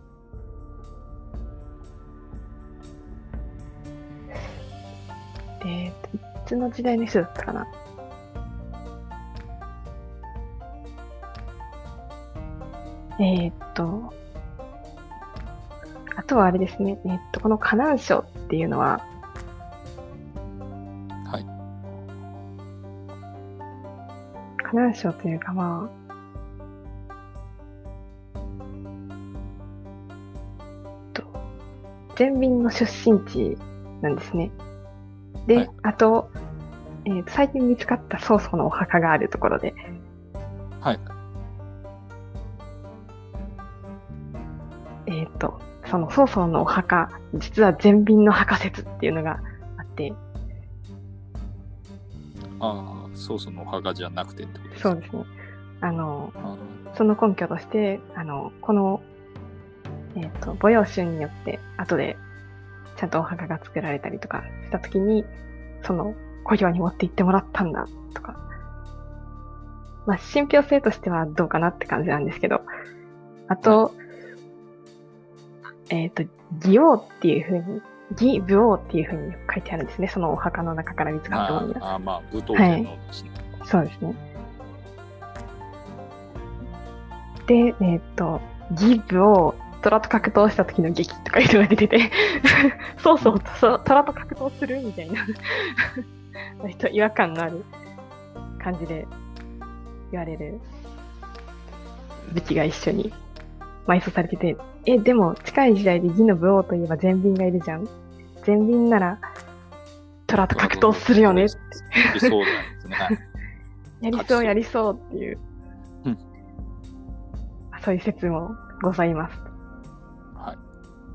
えー、っと、いつの時代の人だったかな。えー、っと、 あとはあれですね、えっと、この河南省っていうのは、 はい。 河南省というかまあ、前便の出身地なんですね。で、はい、あと、えー、最近見つかった曹操のお墓があるところで、 はい。 えっと、その曹操のお墓、実は前便の墓説っていうのがあって、 ああ、曹操のお墓じゃなくてってことですか？そうですね。あの、あその根拠として、あの、この、えっと、母用春によって後でちゃんとお墓が作られたりとかしたときに、その故郷に持って行ってもらったんだとか、まあ信憑性としてはどうかなって感じなんですけど、あと、はい、えっと、義王っていうふうに、義武王っていうふうに書いてあるんですね、そのお墓の中から見つかったものが。 ああ、まあ、武闘天皇ですね。 はい、そうですね。で、えっと、義武王、虎と格闘した時の劇とかいうのが出ててそうそう、虎と格闘するみたいな割と違和感のある感じで言われる武器が一緒に埋葬されてて、え、でも近い時代で義の武王といえば前便がいるじゃん。前便なら虎と格闘するよねってそうですね。 やりそうやりそうっていう、 うん、 そういう説もございます。 はい。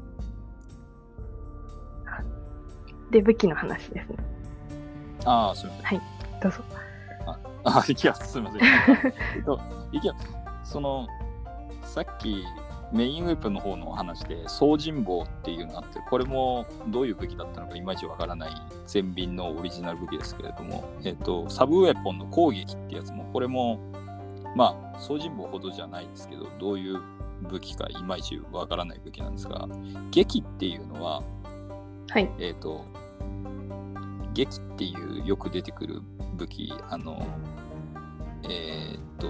で、武器の話ですね。 ああ、すみません。 はい、どうぞ。 あ、あいや、すみません。えっと、いや、その、さっきメインウェポンの方の話で、総人棒っていうのがあって、これもどういう武器だったのかいまいちわからない前便のオリジナル武器ですけれども、えっと、サブウェポンの攻撃ってやつも、これも、まあ、総人棒ほどじゃないですけど、どういう武器かいまいちわからない武器なんですが、撃っていうのは、 はい、 えっと、撃っていうよく出てくる武器、あの、えっと、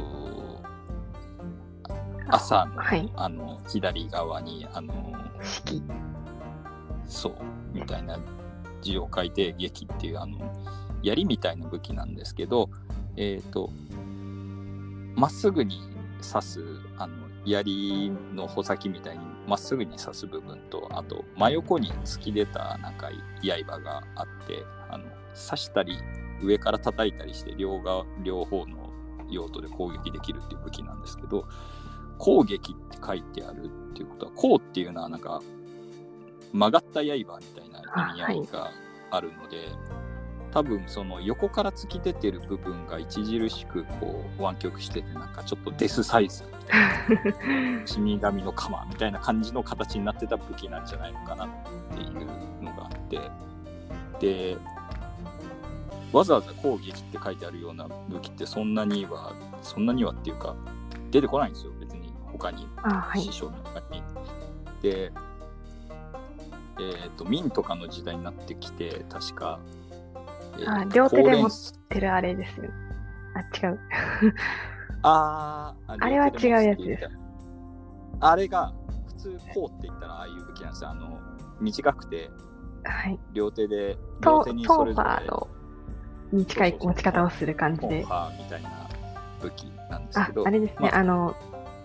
朝の、はい、あの左側にあの式そうみたいな字を書いて撃っていうあの槍みたいな武器なんですけど、えっとまっすぐに刺すあの槍の穂先みたいにまっすぐに刺す部分と、あと真横に突き出たなんか刃があって、あの刺したり上から叩いたりして両側両方の用途で攻撃できるっていう武器なんですけど、攻撃って書いてあるっていうことは、攻っていうのはなんか曲がった刃みたいな意味合いがあるので、はい、多分その横から突き出てる部分が著しくこう湾曲してて、なんかちょっとデスサイズみたいな死神の鎌みたいな感じの形になってた武器なんじゃないのかなっていうのがあって、でわざわざ攻撃って書いてあるような武器ってそんなにはそんなにはっていうか出てこないんですよ、別に他に、師匠の他に。で、えっと明とかの時代になってきて、確か、 えー、あ両手で持ってるあれですよ。あ、違う。 ああ、あれは違うやつです。 あれが普通こうって言ったらああいう武器なんですよ。あの短くて、 はい、 両手で両手にそれぞれトーに近い持ち方をする感じで。 トーハーみたいな武器なんですけど、 あ、あれですね、まあ、あの、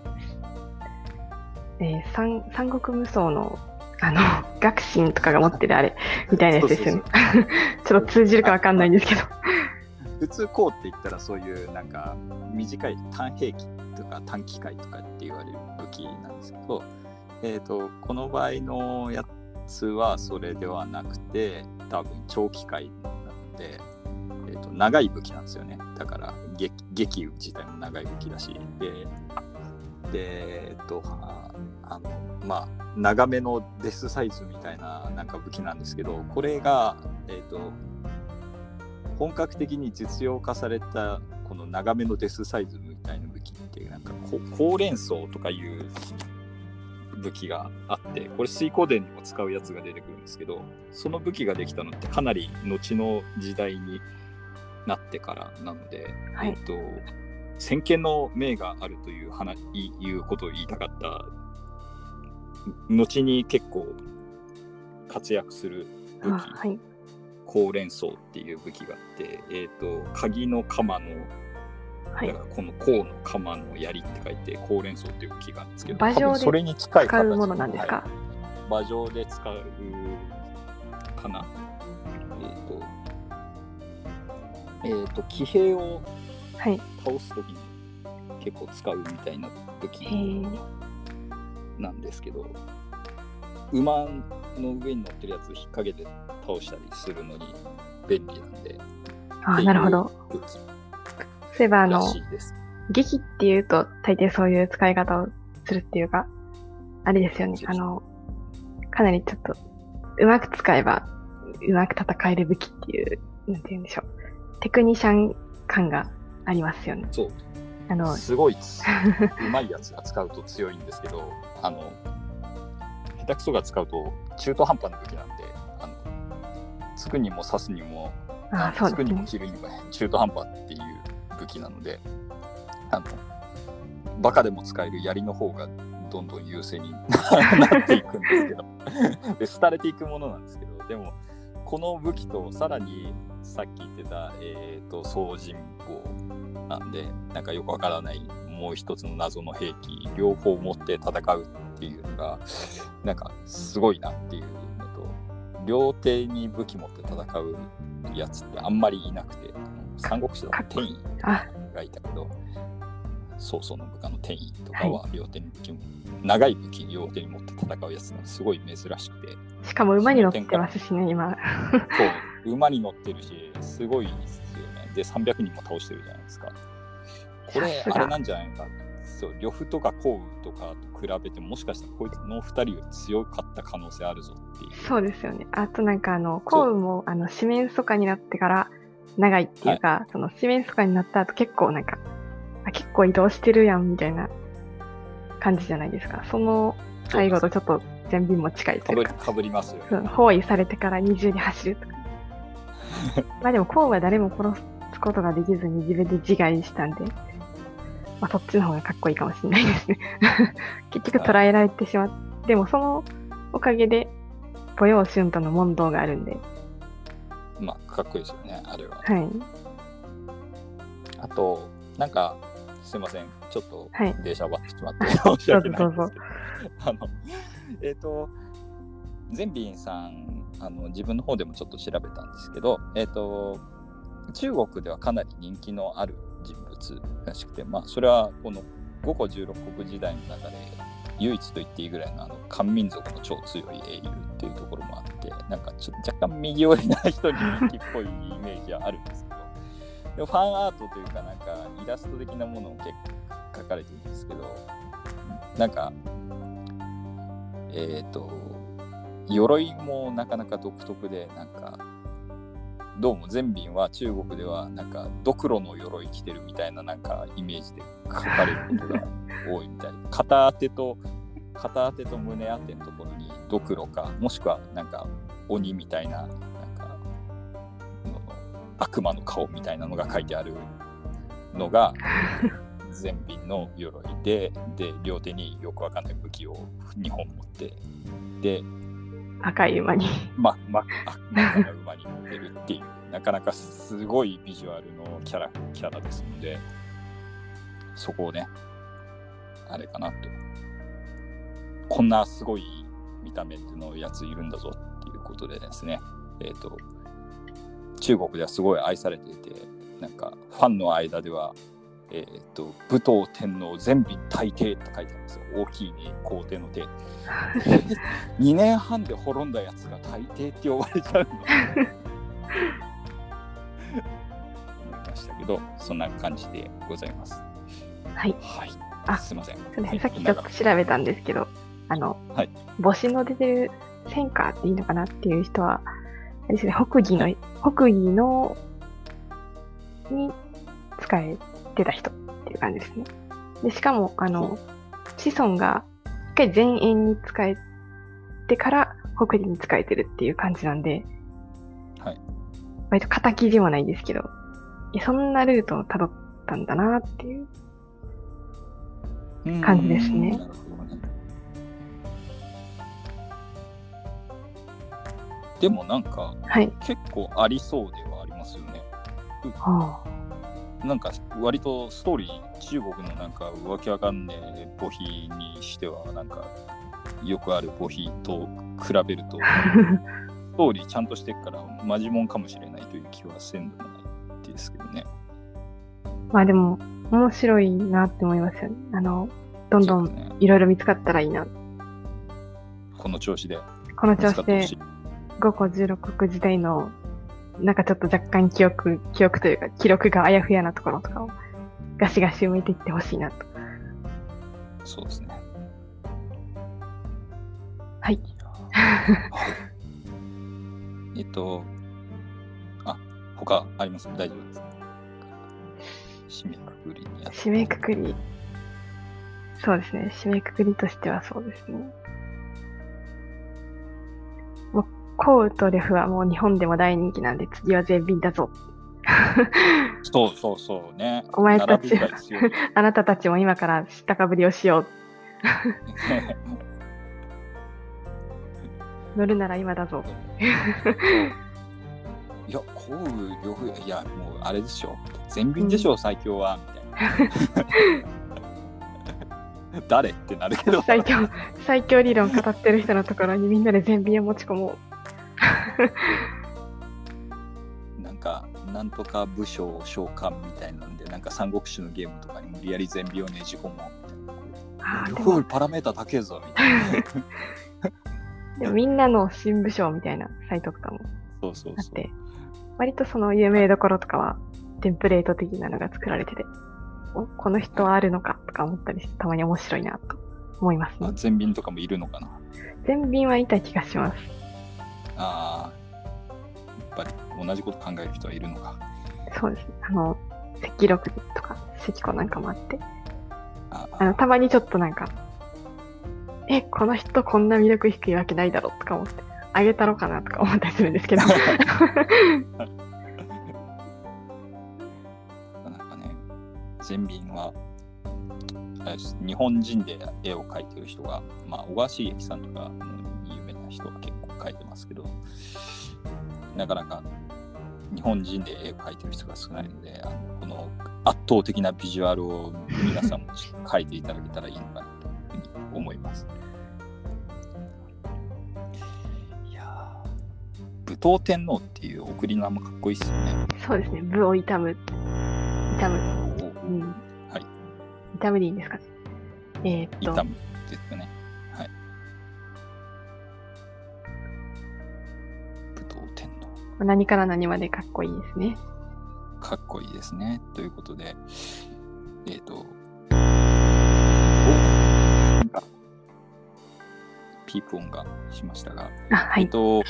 えー、三, 三国無双のあの学信とかが持ってるあれみたいなやつですよね。ちょっと通じるかわかんないんですけど。 普通こうって言ったらそういうなんか短い短兵器とか短機械とかって言われる武器なんですけど、えーと、この場合のやつはそれではなくて、多分長機械なので、えーと、長い武器なんですよね。だから撃撃自体も長い武器だし、で、でえっとあのまあ長めのデスサイズみたいななんか武器なんですけど、これがえっと本格的に実用化されたこの長めのデスサイズみたいな武器ってなんかほうれん草とかいう武器があって、これ水光伝にも使うやつが出てくるんですけど、その武器ができたのってかなり後の時代になってからなので、はい、えっと先見の明があるという話いうことを言いたかった後に結構活躍する武器、 はい、 高連装っていう武器があって、えーと、鍵の鎌の、はい、だからこの甲の鎌の槍って書いて高連装っていう武器があるんですけど、 馬上でそれに近い使うものなんですか？はい、 馬上で使うかな。えっ、ー、と、えっ、ー、と、騎兵を倒すときに結構使うみたいな武器なんですけど、馬の上に乗ってるやつを引っ掛けて倒したりするのに便利なんで。 あ、なるほど。そういえばあの劇っていうと大抵そういう使い方をするっていうか、あれですよね。あのかなりちょっとうまく使えばうまく戦える武器っていう、なんて言うんでしょう。テクニシャン感がありますよね。 そう。あのすごいうまいやつが使うと強いんですけど、あの下手くそが使うと中途半端な武器なんで、あのつくにも刺すにも、 ああ、 つくにも切るにも中途半端っていう武器なので、あのバカでも使える槍の方がどんどん優勢になっていくんですけどで廃れていくものなんですけど、でもこの武器とさらにさっき言ってた、えーと、総人棒なんで、なんかよくわからないもう一つの謎の兵器両方持って戦うっていうのがなんかすごいなっていうのと、両手に武器持って戦うやつってあんまりいなくて、三国志だと天意がいたけど、曹操の部下の天意とかは両手に武器も、はい、長い武器両手に持って戦うやつがすごい珍しくて、 しかも馬に乗ってますしね、今そう馬に乗ってるしすごいですよね。でさんびゃくにんも倒してるじゃないですか。これあれなんじゃないか、そう呂布とか項羽とかと比べてもしかしたらこいつのふたりより強かった可能性あるぞっていう。 そうですよね。あとなんかあの項羽もあの四面楚歌になってから長いっていうか、はい、その四面楚歌になった後結構なんかあ結構移動してるやんみたいな感じじゃないですか。その最後とちょっと全便も近いというか、 かぶりますよね。 包囲されてから二重に走るとかまあでも項羽は誰も殺すことができずに自分で自害したんで、まあ、そっちの方がかっこいいかもしれないですね結局捕らえられてしまって、はい、でもそのおかげで母陽春との問答があるんで、 まあかっこいいですよね、あれは。 はい。 あとなんかすいません、ちょっと電車終わってしまって、 はい、 申し訳ないんですけどどうぞどうぞあのえっ、ー、と善敏さん、あの自分の方でもちょっと調べたんですけど、えっ、ー、と中国ではかなり人気のある人物らしくて、まあそれはこの五胡十六国時代の中で唯一と言っていいぐらいのあの漢民族の超強い英雄っていうところもあって、なんかちょっと若干右寄りな人に人気っぽいイメージはあるんですけど、でもファンアートというかなんかイラスト的なものを結構描かれてるんですけど、なんかえっ、ー、と鎧もなかなか独特で、なんかどうも善敏は中国ではなんかドクロの鎧着てるみたいななんかイメージで描かれることが多いみたい。片当てと片当てと胸当てのところにドクロか、もしくはなんか鬼みたいな、なんか悪魔の顔みたいなのが書いてあるのが善敏の鎧で、で両手によくわかんない武器をにほん持って、で赤い馬にま、ま、赤な馬に乗ってるっていう、なかなかすごいビジュアルのキャラキャラですので、そこをねあれかなと、こんなすごい見た目のやついるんだぞっていうことでですね、えっと中国ではすごい愛されていて、なんかファンの間ではえー、と武藤天皇善敏大帝って書いてあるんですよ。大きいね、皇帝の帝にねんはんで滅んだやつが大帝って呼ばれちゃうの思いましたけど、そんな感じでございます。 はい、 はい、 あすいません。 そうですね、はい、さっきちょっと調べたんですけど、あの、はい、母子の出てる戦果っていいのかなっていう人はあれですね、北魏の、はい、北魏のに使え出た人っていう感じですね。でしかもあの子孫が一回前縁に使えてから北魏に使えてるっていう感じなんで、 はい、 割と肩記事もないですけど、いやそんなルートをたどったんだなっていう感じですね。 でもなんか、 はい、 結構ありそうではありますよね。 はあ、なんか割とストーリー、中国のなんかわけわかんねえボヒにしてはなんかよくあるボヒと比べるとストーリーちゃんとしてっからマジモンかもしれないという気はせんでもないですけどね。 まあでも面白いなって思いますよね。あのどんどんいろいろ見つかったらいいな。 この調子で。 この調子でごこじゅうろく国時代のなんかちょっと若干記憶、記憶というか記録があやふやなところとかをガシガシ埋めていってほしいなと。 そうですね。 はい。 えっと、あ、他あります？大丈夫です。締めくくりにや締めくくり。そうですね。締めくくりとしてはそうですね。もうコウとレフはもう日本でも大人気なんで次は全便だぞ。 そうそうそうね。 お前たち、あなたたちも今から知ったかぶりをしよう。乗るなら今だぞ。 いや、コウ両方、いや、もうあれでしょ。全便でしょ、うん、最強は。みたいな。誰ってなるけど。 最強、最強理論語ってる人のところにみんなで全便を持ち込もう。なんか、なんとか武将召喚みたいなんで、なんか三国志のゲームとかに無理やり全便をねじ込もうみたいな。両方パラメータ高えぞ、みたいな。 でもみんなの新武将みたいなサイトとかもそうそうそうあって、割とその有名どころとかはテンプレート的なのが作られてて、この人はあるのかとか思ったりして、たまに面白いなと思いますね。 あ、全便とかもいるのかな？ 全便はいた気がします。 ああ、やっぱり同じこと考える人はいるのか。 そうですね。あの、赤六とか赤子なんかもあって、ああのたまにちょっとなんか、え、この人こんな魅力低いわけないだろとか思って、あげたろかなとか思ったりするんですけど。 なんかね、全便は、日本人で絵を描いてる人が、まあ、小川茂樹さんとか有名な人が結構描いてますけど、なかなか日本人で絵を描いてる人が少ないので、あのこの圧倒的なビジュアルを皆さんも描いていただけたらいいのかなというふうに思います。いやー、武闘天皇っていう送り名もかっこいいですよね。 そうですね。武を悼む。悼む。うん。 はい。 悼むでいいんですかね。えー、っと。 悼むですよね。はい。武闘天皇。 何から何までかっこいいですね。 かっこいいですね。ということで、えっと、ピープ音がしましたが、 あ、はい、 えっと、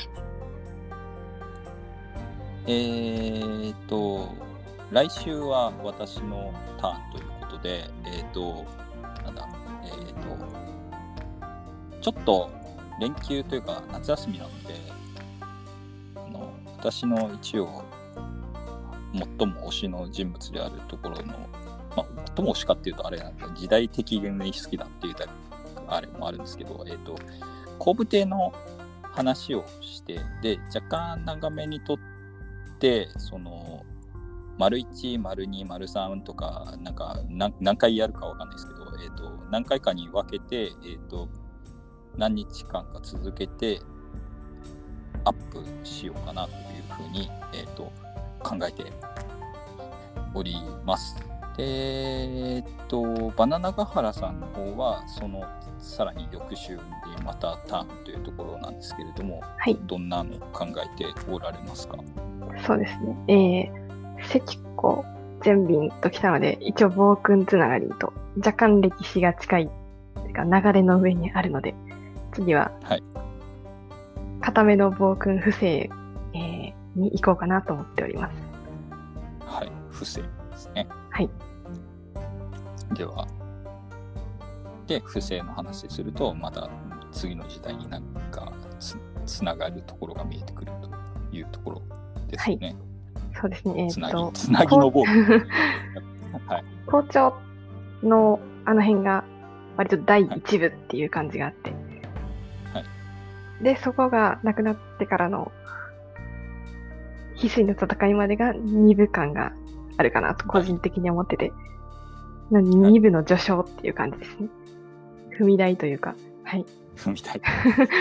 えー、っと、来週は私のターンということで、えー、っと、なんだ、えー、っと、ちょっと連休というか夏休みなので、あの私の一応、最も推しの人物であるところの、まあ、最も推しかっていうとあれなんで、時代的に好きだっていうあれもあるんですけど、えっと、後部亭の話をして、で、若干長めにとって、その、丸いち、丸に、丸さんとか、なんか何、何回やるかわかんないですけど、えっと、何回かに分けて、えっと、何日間か続けて、アップしようかなというふうに、えっと、考えております。で、えっと、バナナガハラさんの方は、そのさらに翌週でまたターンというところなんですけれども、 はい、 どんなのを考えておられますか？ そうですね。えー、赤子全便ときたので、一応暴君つながりと若干歴史が近いというか流れの上にあるので、次は、はい、固めの暴君不正、えー、に行こうかなと思っております。 はい、不正ですね。 はい。 では、で、不正の話すると、また次の時代になんか つ, つながるところが見えてくるというところですね。はい、 そうですね。えー、 つなぎ、つなぎの棒。はい。 校長のあの辺が割と第一部っていう感じがあって、 はい。 で、そこがなくなってからの翡翠の戦いまでがに部感があるかなと個人的に思ってて、はい、に部の序章っていう感じですね。踏み台というか、はい。 踏み台。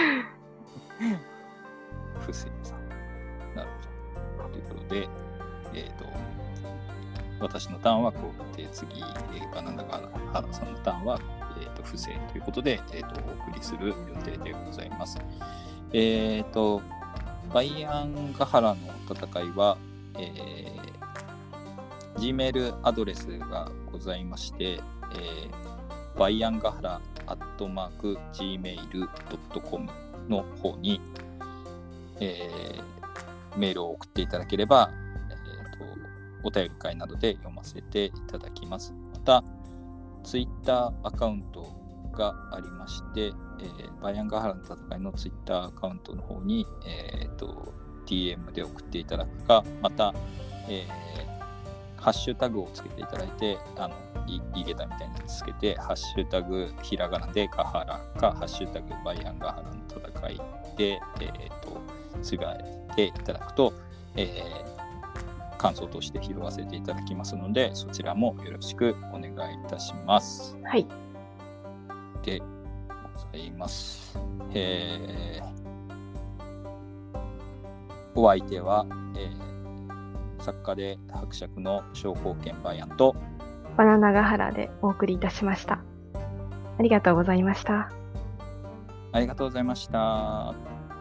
不正さん。なるほど。ということで、えっ、ー、と、私のターンはこうで、次、えー、バナナガハラさんのターンは、えー、と不正ということで、えー、とお送りする予定でございます。えっ、ー、と、バイアンガハラの戦いは、えー、Gmail アドレスがございまして、えー、バイアンガハラアットマーク ジーメールドットコム の方に、えー、メールを送っていただければ、えー、とお便り会などで読ませていただきます。また、ツイッターアカウントがありまして、えー、バイアンガハラの戦いのツイッターアカウントの方に、えー、と ディーエム で送っていただくか、また、えー、ハッシュタグをつけていただいて、あのいいげたみたいにつけて、ハッシュタグひらがなでガハラか、ハッシュタグバイアンガハラの戦いで、えー、とつぶやいていただくと、えー、感想として拾わせていただきますので、そちらもよろしくお願いいたします。 はい。 でございます。えー、お相手は、えー、作家で伯爵の商工研バイアンとバナナガハラでお送りいたしました。ありがとうございました。 ありがとうございました。